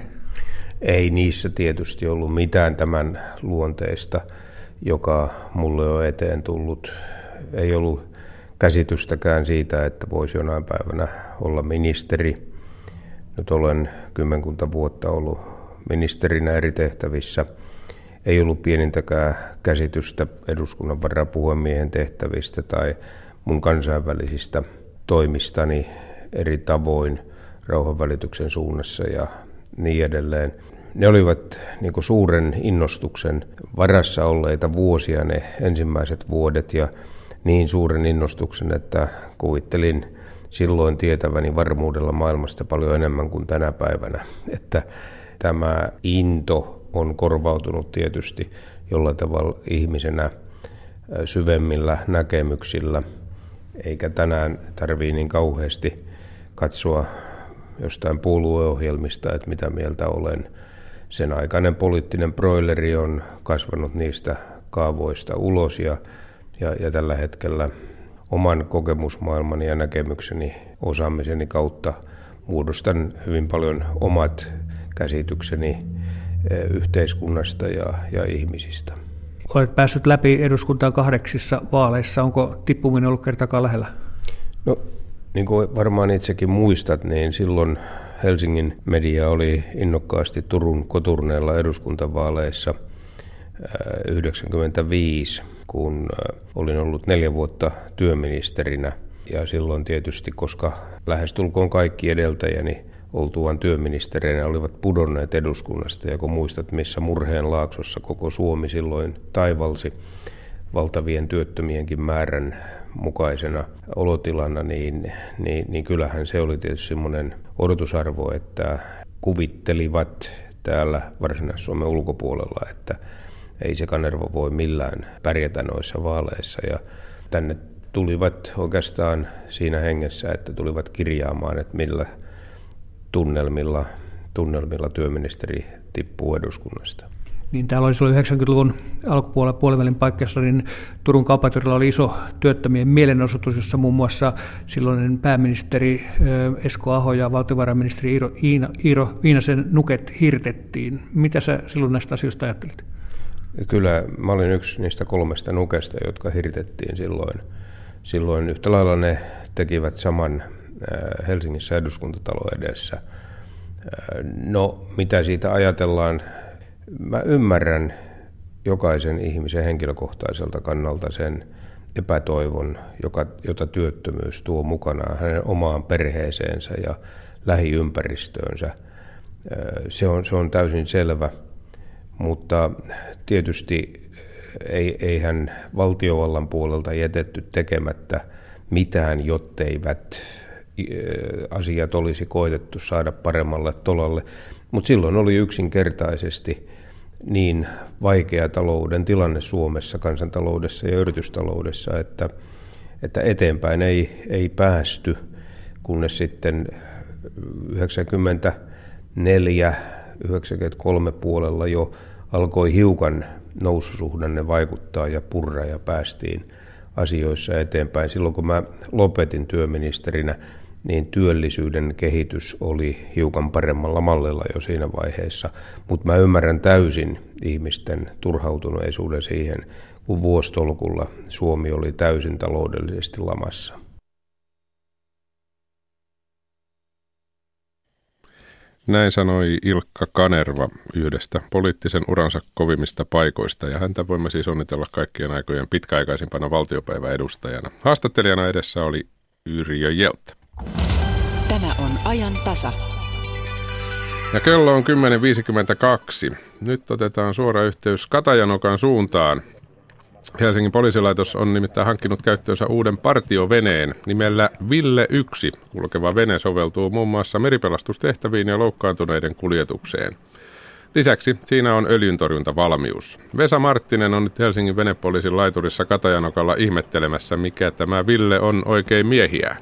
Ei niissä tietysti ollut mitään tämän luonteista, joka mulle on eteen tullut. Ei ollut käsitystäkään siitä, että voisi jonain päivänä olla ministeri. Nyt olen kymmenkunta vuotta ollut ministerinä eri tehtävissä. Ei ollut pienintäkään käsitystä eduskunnan varapuhemiehen tehtävistä tai mun kansainvälisistä toimistani eri tavoin rauhanvälityksen suunnassa ja niin edelleen. Ne olivat niin kuin suuren innostuksen varassa olleita vuosia ne ensimmäiset vuodet ja niin suuren innostuksen, että kuvittelin silloin tietäväni varmuudella maailmasta paljon enemmän kuin tänä päivänä. Että tämä into on korvautunut tietysti jollain tavalla ihmisenä syvemmillä näkemyksillä, eikä tänään tarvitse niin kauheasti katsoa jostain puolueohjelmista, että mitä mieltä olen. Sen aikainen poliittinen broileri on kasvanut niistä kaavoista ulos ja, ja, ja tällä hetkellä oman kokemusmaailmani ja näkemykseni osaamiseni kautta muodostan hyvin paljon omat käsitykseni yhteiskunnasta ja, ja ihmisistä. Olet päässyt läpi eduskuntaan kahdeksissa vaaleissa. Onko tippuminen ollut kertaakaan lähellä? No, niin kuin varmaan itsekin muistat, niin silloin Helsingin media oli innokkaasti Turun koturneella eduskuntavaaleissa yhdeksänkymmentäviisi, kun olin ollut neljä vuotta työministerinä. Ja silloin tietysti, koska lähestulkoon kaikki edeltäjäni oltuaan työministerinä olivat pudonneet eduskunnasta, ja kun muistat, missä Murheen laaksossa koko Suomi silloin taivalsi valtavien työttömienkin määrän mukaisena olotilana, niin, niin, niin kyllähän se oli tietysti semmoinen odotusarvo, että kuvittelivat täällä Varsinais-Suomen ulkopuolella, että ei se Kanerva voi millään pärjätä noissa vaaleissa, ja tänne tulivat oikeastaan siinä hengessä, että tulivat kirjaamaan, että millä tunnelmilla, tunnelmilla työministeri tippuu eduskunnasta. Niin täällä oli silloin yhdeksänkymmentäluvun alkupuolella puolivälin paikkeessa, niin Turun Kaupatorilla oli iso työttömien mielenosoitus, jossa muun muassa silloinen pääministeri Esko Aho ja valtiovarainministeri Iiro, Iina, Iiro Viinasen nuket hirtettiin. Mitä sä silloin näistä asioista ajattelit? Kyllä mä olin yksi niistä kolmesta nukesta, jotka hirtettiin silloin. Silloin yhtä lailla ne tekivät saman Helsingissä eduskuntatalon edessä. No, mitä siitä ajatellaan? Mä ymmärrän jokaisen ihmisen henkilökohtaiselta kannalta sen epätoivon, joka, jota työttömyys tuo mukanaan hänen omaan perheeseensä ja lähiympäristöönsä. Se on, se on täysin selvä, mutta tietysti ei, eihän valtiovallan puolelta jätetty tekemättä mitään, jotteivät asiat olisi koetettu saada paremmalle tolalle. Mutta silloin oli yksinkertaisesti niin vaikea talouden tilanne Suomessa, kansantaloudessa ja yritystaloudessa, että että eteenpäin ei, ei päästy, kunnes sitten yhdeksänkymmentäneljä yhdeksänkymmentäkolme puolella jo alkoi hiukan noususuhdanne vaikuttaa ja purra ja päästiin asioissa eteenpäin. Silloin kun mä lopetin työministerinä, niin työllisyyden kehitys oli hiukan paremmalla mallilla jo siinä vaiheessa. Mutta mä ymmärrän täysin ihmisten turhautuneisuuden siihen, kun vuositolkulla Suomi oli täysin taloudellisesti lamassa. Näin sanoi Ilkka Kanerva yhdestä poliittisen uransa kovimmista paikoista, ja häntä voimme siis onnitella kaikkien aikojen pitkäaikaisimpana valtiopäiväedustajana. Haastattelijana edessä oli Yrjö Jeltä. Tämä on ajan tasa. Ja kello on kymmenen viisikymmentäkaksi. Nyt otetaan suora yhteys Katajanokan suuntaan. Helsingin poliisilaitos on nimittäin hankkinut käyttöönsä uuden partioveneen nimellä Ville yksi. Kulkeva vene soveltuu muun muassa meripelastustehtäviin ja loukkaantuneiden kuljetukseen. Lisäksi siinä on öljyntorjuntavalmius. Vesa Marttinen on nyt Helsingin venepoliisin laiturissa Katajanokalla ihmettelemässä, mikä tämä Ville on oikein miehiä.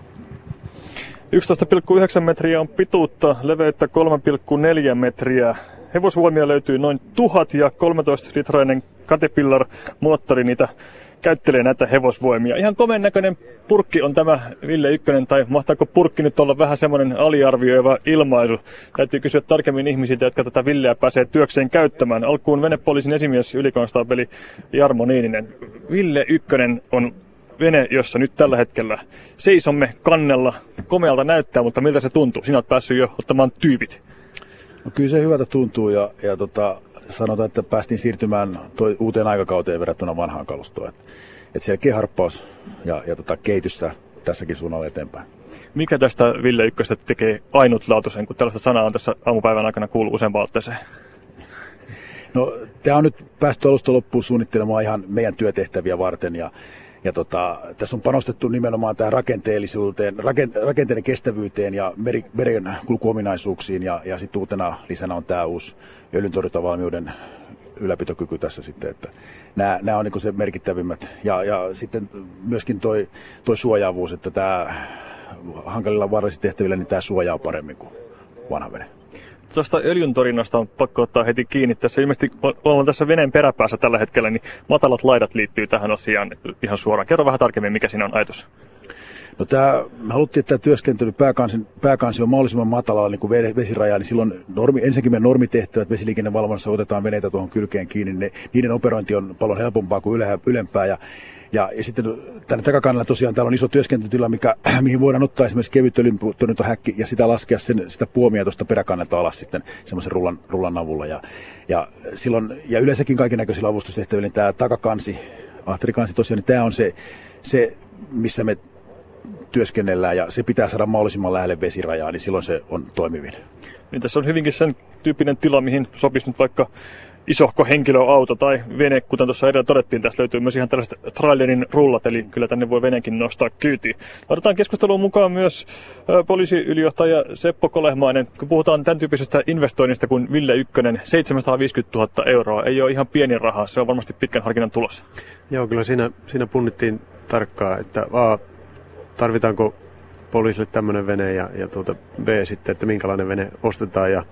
yksitoista pilkku yhdeksän metriä on pituutta, leveyttä kolme pilkku neljä metriä. Hevosvoimia löytyy noin tuhat ja kolmetoista litrainen Caterpillar-moottori niitä käyttelee näitä hevosvoimia. Ihan komeen näköinen purkki on tämä Ville Ykkönen, tai mahtaako purkki nyt olla vähän semmoinen aliarvioiva ilmaisu? Täytyy kysyä tarkemmin ihmisiltä, jotka tätä Villeä pääsee työkseen käyttämään. Alkuun venepoliisin esimies ylikonstaapeli Jarmo Niininen. Ville Ykkönen on vene, jossa nyt tällä hetkellä seisomme kannella. Komealta näyttää, mutta miltä se tuntuu? Sinä olet päässyt jo ottamaan tyypit. No kyllä se hyvältä tuntuu ja, ja tota, sanotaan, että päästiin siirtymään toi uuteen aikakauteen verrattuna vanhaan kalustoon. Että et selkeä harppaus ja, ja tota, kehitystä tässäkin suunnalla eteenpäin. Mikä tästä Ville Ykköstä tekee ainutlaatuisen, kun tällaista sanaa on tässä aamupäivän aikana kuullut useampaan otteeseen? No tämä on nyt päästy alusta loppuun suunnittelemaan ihan meidän työtehtäviä varten ja Ja tota, tässä on panostettu nimenomaan tähän rakenteellisuuteen, rakenteiden kestävyyteen ja meri, meren kulkuominaisuuksiin ja, ja sitten uutena lisänä on tämä uusi öljyntorjuntavalmiuden ylläpitokyky tässä sitten, että nämä, nämä on niin se merkittävimmät ja, ja sitten myöskin toi, toi suojaavuus, että tämä hankalilla vaarallisilla tehtävillä niin tämä suojaa paremmin kuin vanha vene. Tuosta öljyntorinnasta on pakko ottaa heti kiinni. Tässä ilmeisesti ollaan tässä veneen peräpäässä tällä hetkellä, niin matalat laidat liittyy tähän asiaan ihan suoraan. Kerro vähän tarkemmin, mikä siinä on ajatus. No tämä, me haluttiin, että tämä työskentely pääkansi, pääkansi on mahdollisimman matalalla niin kuin vesirajaa, niin silloin normi, ensinnäkin meidän normitehtävät vesiliikennevalvonnassa otetaan veneitä tuohon kylkeen kiinni. Ne, niiden operointi on paljon helpompaa kuin ylä, ylempää. Ja, ja, ja sitten tänne takakannalla tosiaan täällä on iso työskentelytila, mikä, mihin voidaan ottaa esimerkiksi kevyt öljyntorjuntahäkki ja sitä laskea sen, sitä puomia tuosta peräkannelta alas sitten semmoisen rullan, rullan avulla. Ja, ja, silloin, ja yleensäkin kaikennäköisillä avustustehtävillä niin tämä takakansi, ahterikansi tosiaan, niin tämä on se, se missä me työskennellään ja se pitää saada mahdollisimman lähelle vesirajaa, niin silloin se on toimivin. Niin tässä on hyvinkin sen tyyppinen tila, mihin sopisi nyt vaikka isohko henkilöauto tai vene, kuten tuossa edellä todettiin, tässä löytyy myös ihan tällaiset trailerin rullat, eli kyllä tänne voi veneenkin nostaa kyytiin. Otetaan keskusteluun mukaan myös poliisiylijohtaja Seppo Kolehmainen. Kun puhutaan tämän tyyppisestä investoinnista kuin Ville Ykkönen, seitsemänsataaviisikymmentätuhatta euroa, ei ole ihan pieni raha, se on varmasti pitkän harkinnan tulos. Joo, kyllä siinä, siinä punnittiin tarkkaan, että A, tarvitaanko poliisille tämmöinen vene ja, ja tuota, B sitten, että minkälainen vene ostetaan ja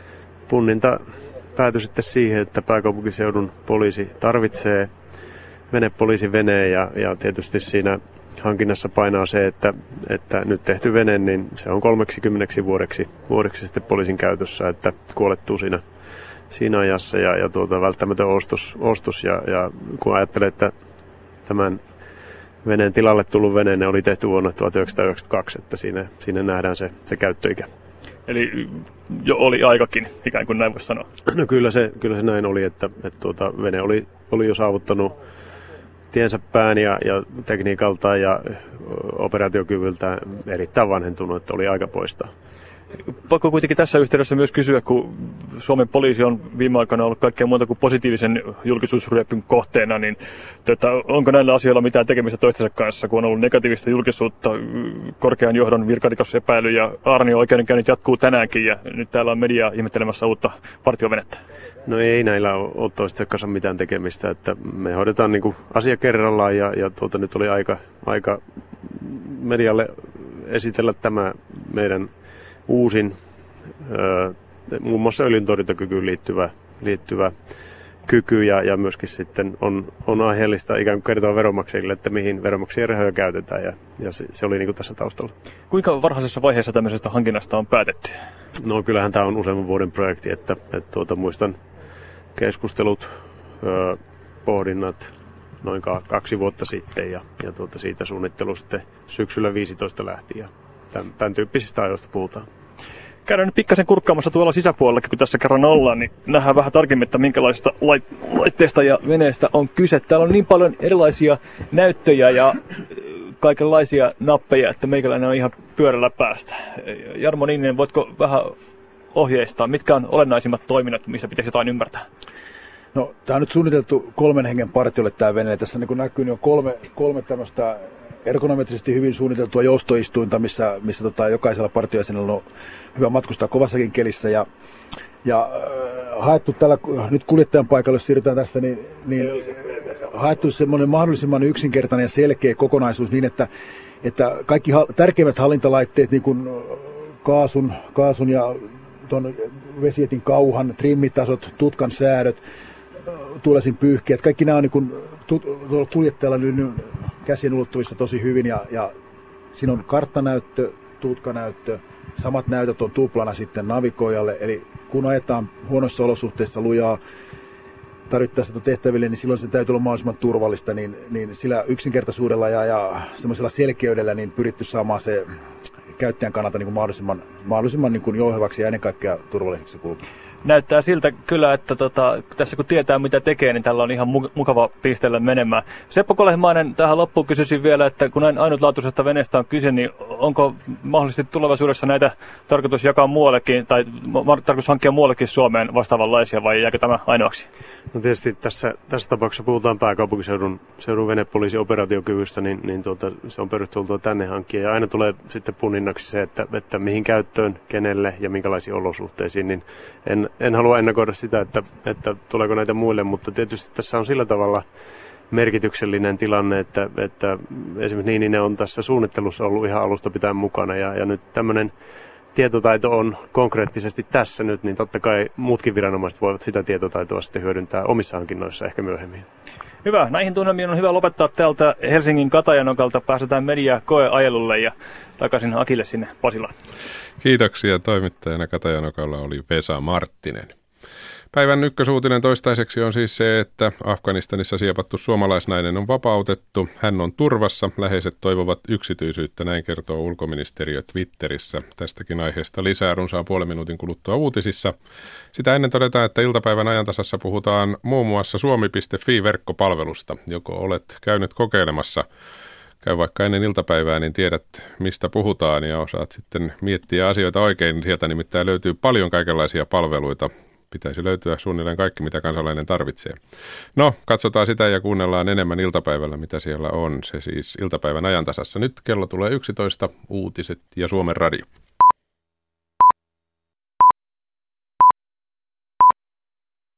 punninta päätyi sitten siihen, että pääkaupunkiseudun poliisi tarvitsee venepoliisin veneen ja, ja tietysti siinä hankinnassa painaa se, että, että nyt tehty vene, niin se on kolmeksikymmeneksi vuodeksi, vuodeksi sitten poliisin käytössä, että kuolettuu siinä, siinä ajassa ja, ja tuota, välttämätön ostos, ostos ja, ja kun ajattelee, että tämän veneen tilalle tullut vene, ne oli tehty vuonna tuhatyhdeksänsataayhdeksänkymmentäkaksi, että siinä, siinä nähdään se, se käyttöikä. Eli jo oli aikakin, ikään kuin näin voisi sanoa. No kyllä se, kyllä se näin oli, että, että tuota, vene oli, oli jo saavuttanut tiensä pään ja, ja tekniikaltaan ja operaatiokyvyltään erittäin vanhentunut, että oli aika poistaa. Pakko kuitenkin tässä yhteydessä myös kysyä, kun Suomen poliisi on viime aikoina ollut kaikkea muuta kuin positiivisen julkisuusryöpyn kohteena, niin tota, onko näillä asioilla mitään tekemistä toistensa kanssa, kun on ollut negatiivista julkisuutta, korkean johdon virkarikosepäily ja Aarnion oikeudenkäynnit jatkuu tänäänkin ja nyt täällä on media ihmettelemässä uutta partiovenettä? No ei näillä ole toistensa kanssa mitään tekemistä, että me hoidetaan niin kuin asia kerrallaan ja, ja tuota, nyt oli aika, aika medialle esitellä tämä meidän uusin, ö, muun muassa öljyntorjuntakykyyn liittyvä, liittyvä kyky ja, ja myöskin sitten on, on aiheellista ikään kuin kertoa veronmaksajille, että mihin veronmaksajien rahoja käytetään ja, ja se, se oli niin kuin tässä taustalla. Kuinka varhaisessa vaiheessa tämmöisestä hankinnasta on päätetty? No kyllähän tämä on useamman vuoden projekti, että, että tuota, muistan keskustelut, ö, pohdinnat noin kaksi vuotta sitten ja, ja tuota, siitä suunnittelu sitten syksyllä viisitoista lähtien ja tämän, tämän tyyppisistä ajoista puhutaan. Käydään nyt pikkasen kurkkaamassa tuolla sisäpuolellakin, kun tässä kerran ollaan, niin nähdään vähän tarkemmin, että minkälaisista laitteista ja veneestä on kyse. Täällä on niin paljon erilaisia näyttöjä ja kaikenlaisia nappeja, että meikäläinen on ihan pyörällä päästä. Jarmo Niininen, voitko vähän ohjeistaa, mitkä on olennaisimmat toiminnot, missä pitäisi jotain ymmärtää? No, tämä on nyt suunniteltu kolmen hengen partiolle tämä vene. Tässä niin kuin näkyy, niin on kolme, kolme tämmöistä ergonometrisesti hyvin suunniteltua joustoistuinta, missä, missä tota, jokaisella partioisenella on hyvä matkustaa kovassakin kelissä. Ja, ja äh, haettu tällä, nyt kuljettajan paikalle, jos siirrytään tästä, niin, niin haettu semmoinen mahdollisimman yksinkertainen ja selkeä kokonaisuus niin, että, että kaikki ha- tärkeimmät hallintalaitteet, niin kuin kaasun, kaasun ja tuon vesietin kauhan, trimmitasot, tutkan säädöt, tuulesin pyyhkeet, kaikki nämä on niin kuin, tuolla kuljettajalla nyt käsien ulottuvissa tosi hyvin ja, ja siinä on karttanäyttö, tutkanäyttö, samat näytöt on tuplana sitten navigoijalle, eli kun ajetaan huonoissa olosuhteissa lujaa tarvittaessa tehtäville, niin silloin se täytyy olla mahdollisimman turvallista, niin, niin sillä yksinkertaisuudella ja, ja semmoisella selkeydellä niin pyritty saamaan se käyttäjän kannalta niin kuin mahdollisimman, mahdollisimman niin kuin jouhevaksi ja ennen kaikkea turvalliseksi kulku. Näyttää siltä kyllä, että tota, tässä kun tietää mitä tekee, niin tällä on ihan mukava pistellä menemään. Seppo Kolehmainen, tähän loppuun kysyisin vielä, että kun näin ainutlaatuisesta veneestä on kyse, niin onko mahdollisesti tulevaisuudessa näitä tarkoitus jakaa muuallekin tai tarkoitus hankkia muuallekin Suomeen vastaavanlaisia vai jääkö tämä ainoaksi? No tietysti tässä, tässä tapauksessa puhutaan pääkaupunkiseudun seudun venepoliisin operaatiokyvystä, niin, niin tuota, se on perusteltua tänne hankkia. Ja aina tulee sitten punninnaksi se, että, että mihin käyttöön, kenelle ja minkälaisiin olosuhteisiin. Niin en, en halua ennakoida sitä, että, että tuleeko näitä muille, mutta tietysti tässä on sillä tavalla merkityksellinen tilanne, että, että esimerkiksi Niininen on tässä suunnittelussa ollut ihan alusta pitäen mukana. Ja, ja nyt tämmöinen tietotaito on konkreettisesti tässä nyt, niin totta kai muutkin viranomaiset voivat sitä tietotaitoa sitten hyödyntää omissa hankinnoissa ehkä myöhemmin. Hyvä. Näihin tunnelmiin on hyvä lopettaa täältä Helsingin Katajanokalta. Pääsetään media koeajelulle ja takaisin Akille sinne Pasilaan. Kiitoksia. Toimittajana Katajanokalla oli Vesa Marttinen. Päivän ykkösuutinen toistaiseksi on siis se, että Afganistanissa siepattu suomalaisnainen on vapautettu. Hän on turvassa. Läheiset toivovat yksityisyyttä, näin kertoo ulkoministeriö Twitterissä. Tästäkin aiheesta lisää runsaan puolen minuutin kuluttua uutisissa. Sitä ennen todetaan, että iltapäivän ajantasassa puhutaan muun muassa suomi piste fi-verkkopalvelusta, joko olet käynyt kokeilemassa. Käy vaikka ennen iltapäivää, niin tiedät, mistä puhutaan ja osaat sitten miettiä asioita oikein. Sieltä nimittäin löytyy paljon kaikenlaisia palveluita. Pitäisi löytyä suunnilleen kaikki, mitä kansalainen tarvitsee. No, katsotaan sitä ja kuunnellaan enemmän iltapäivällä, mitä siellä on. Se siis iltapäivän ajantasassa. Nyt kello tulee yksitoista, uutiset ja Suomen radio.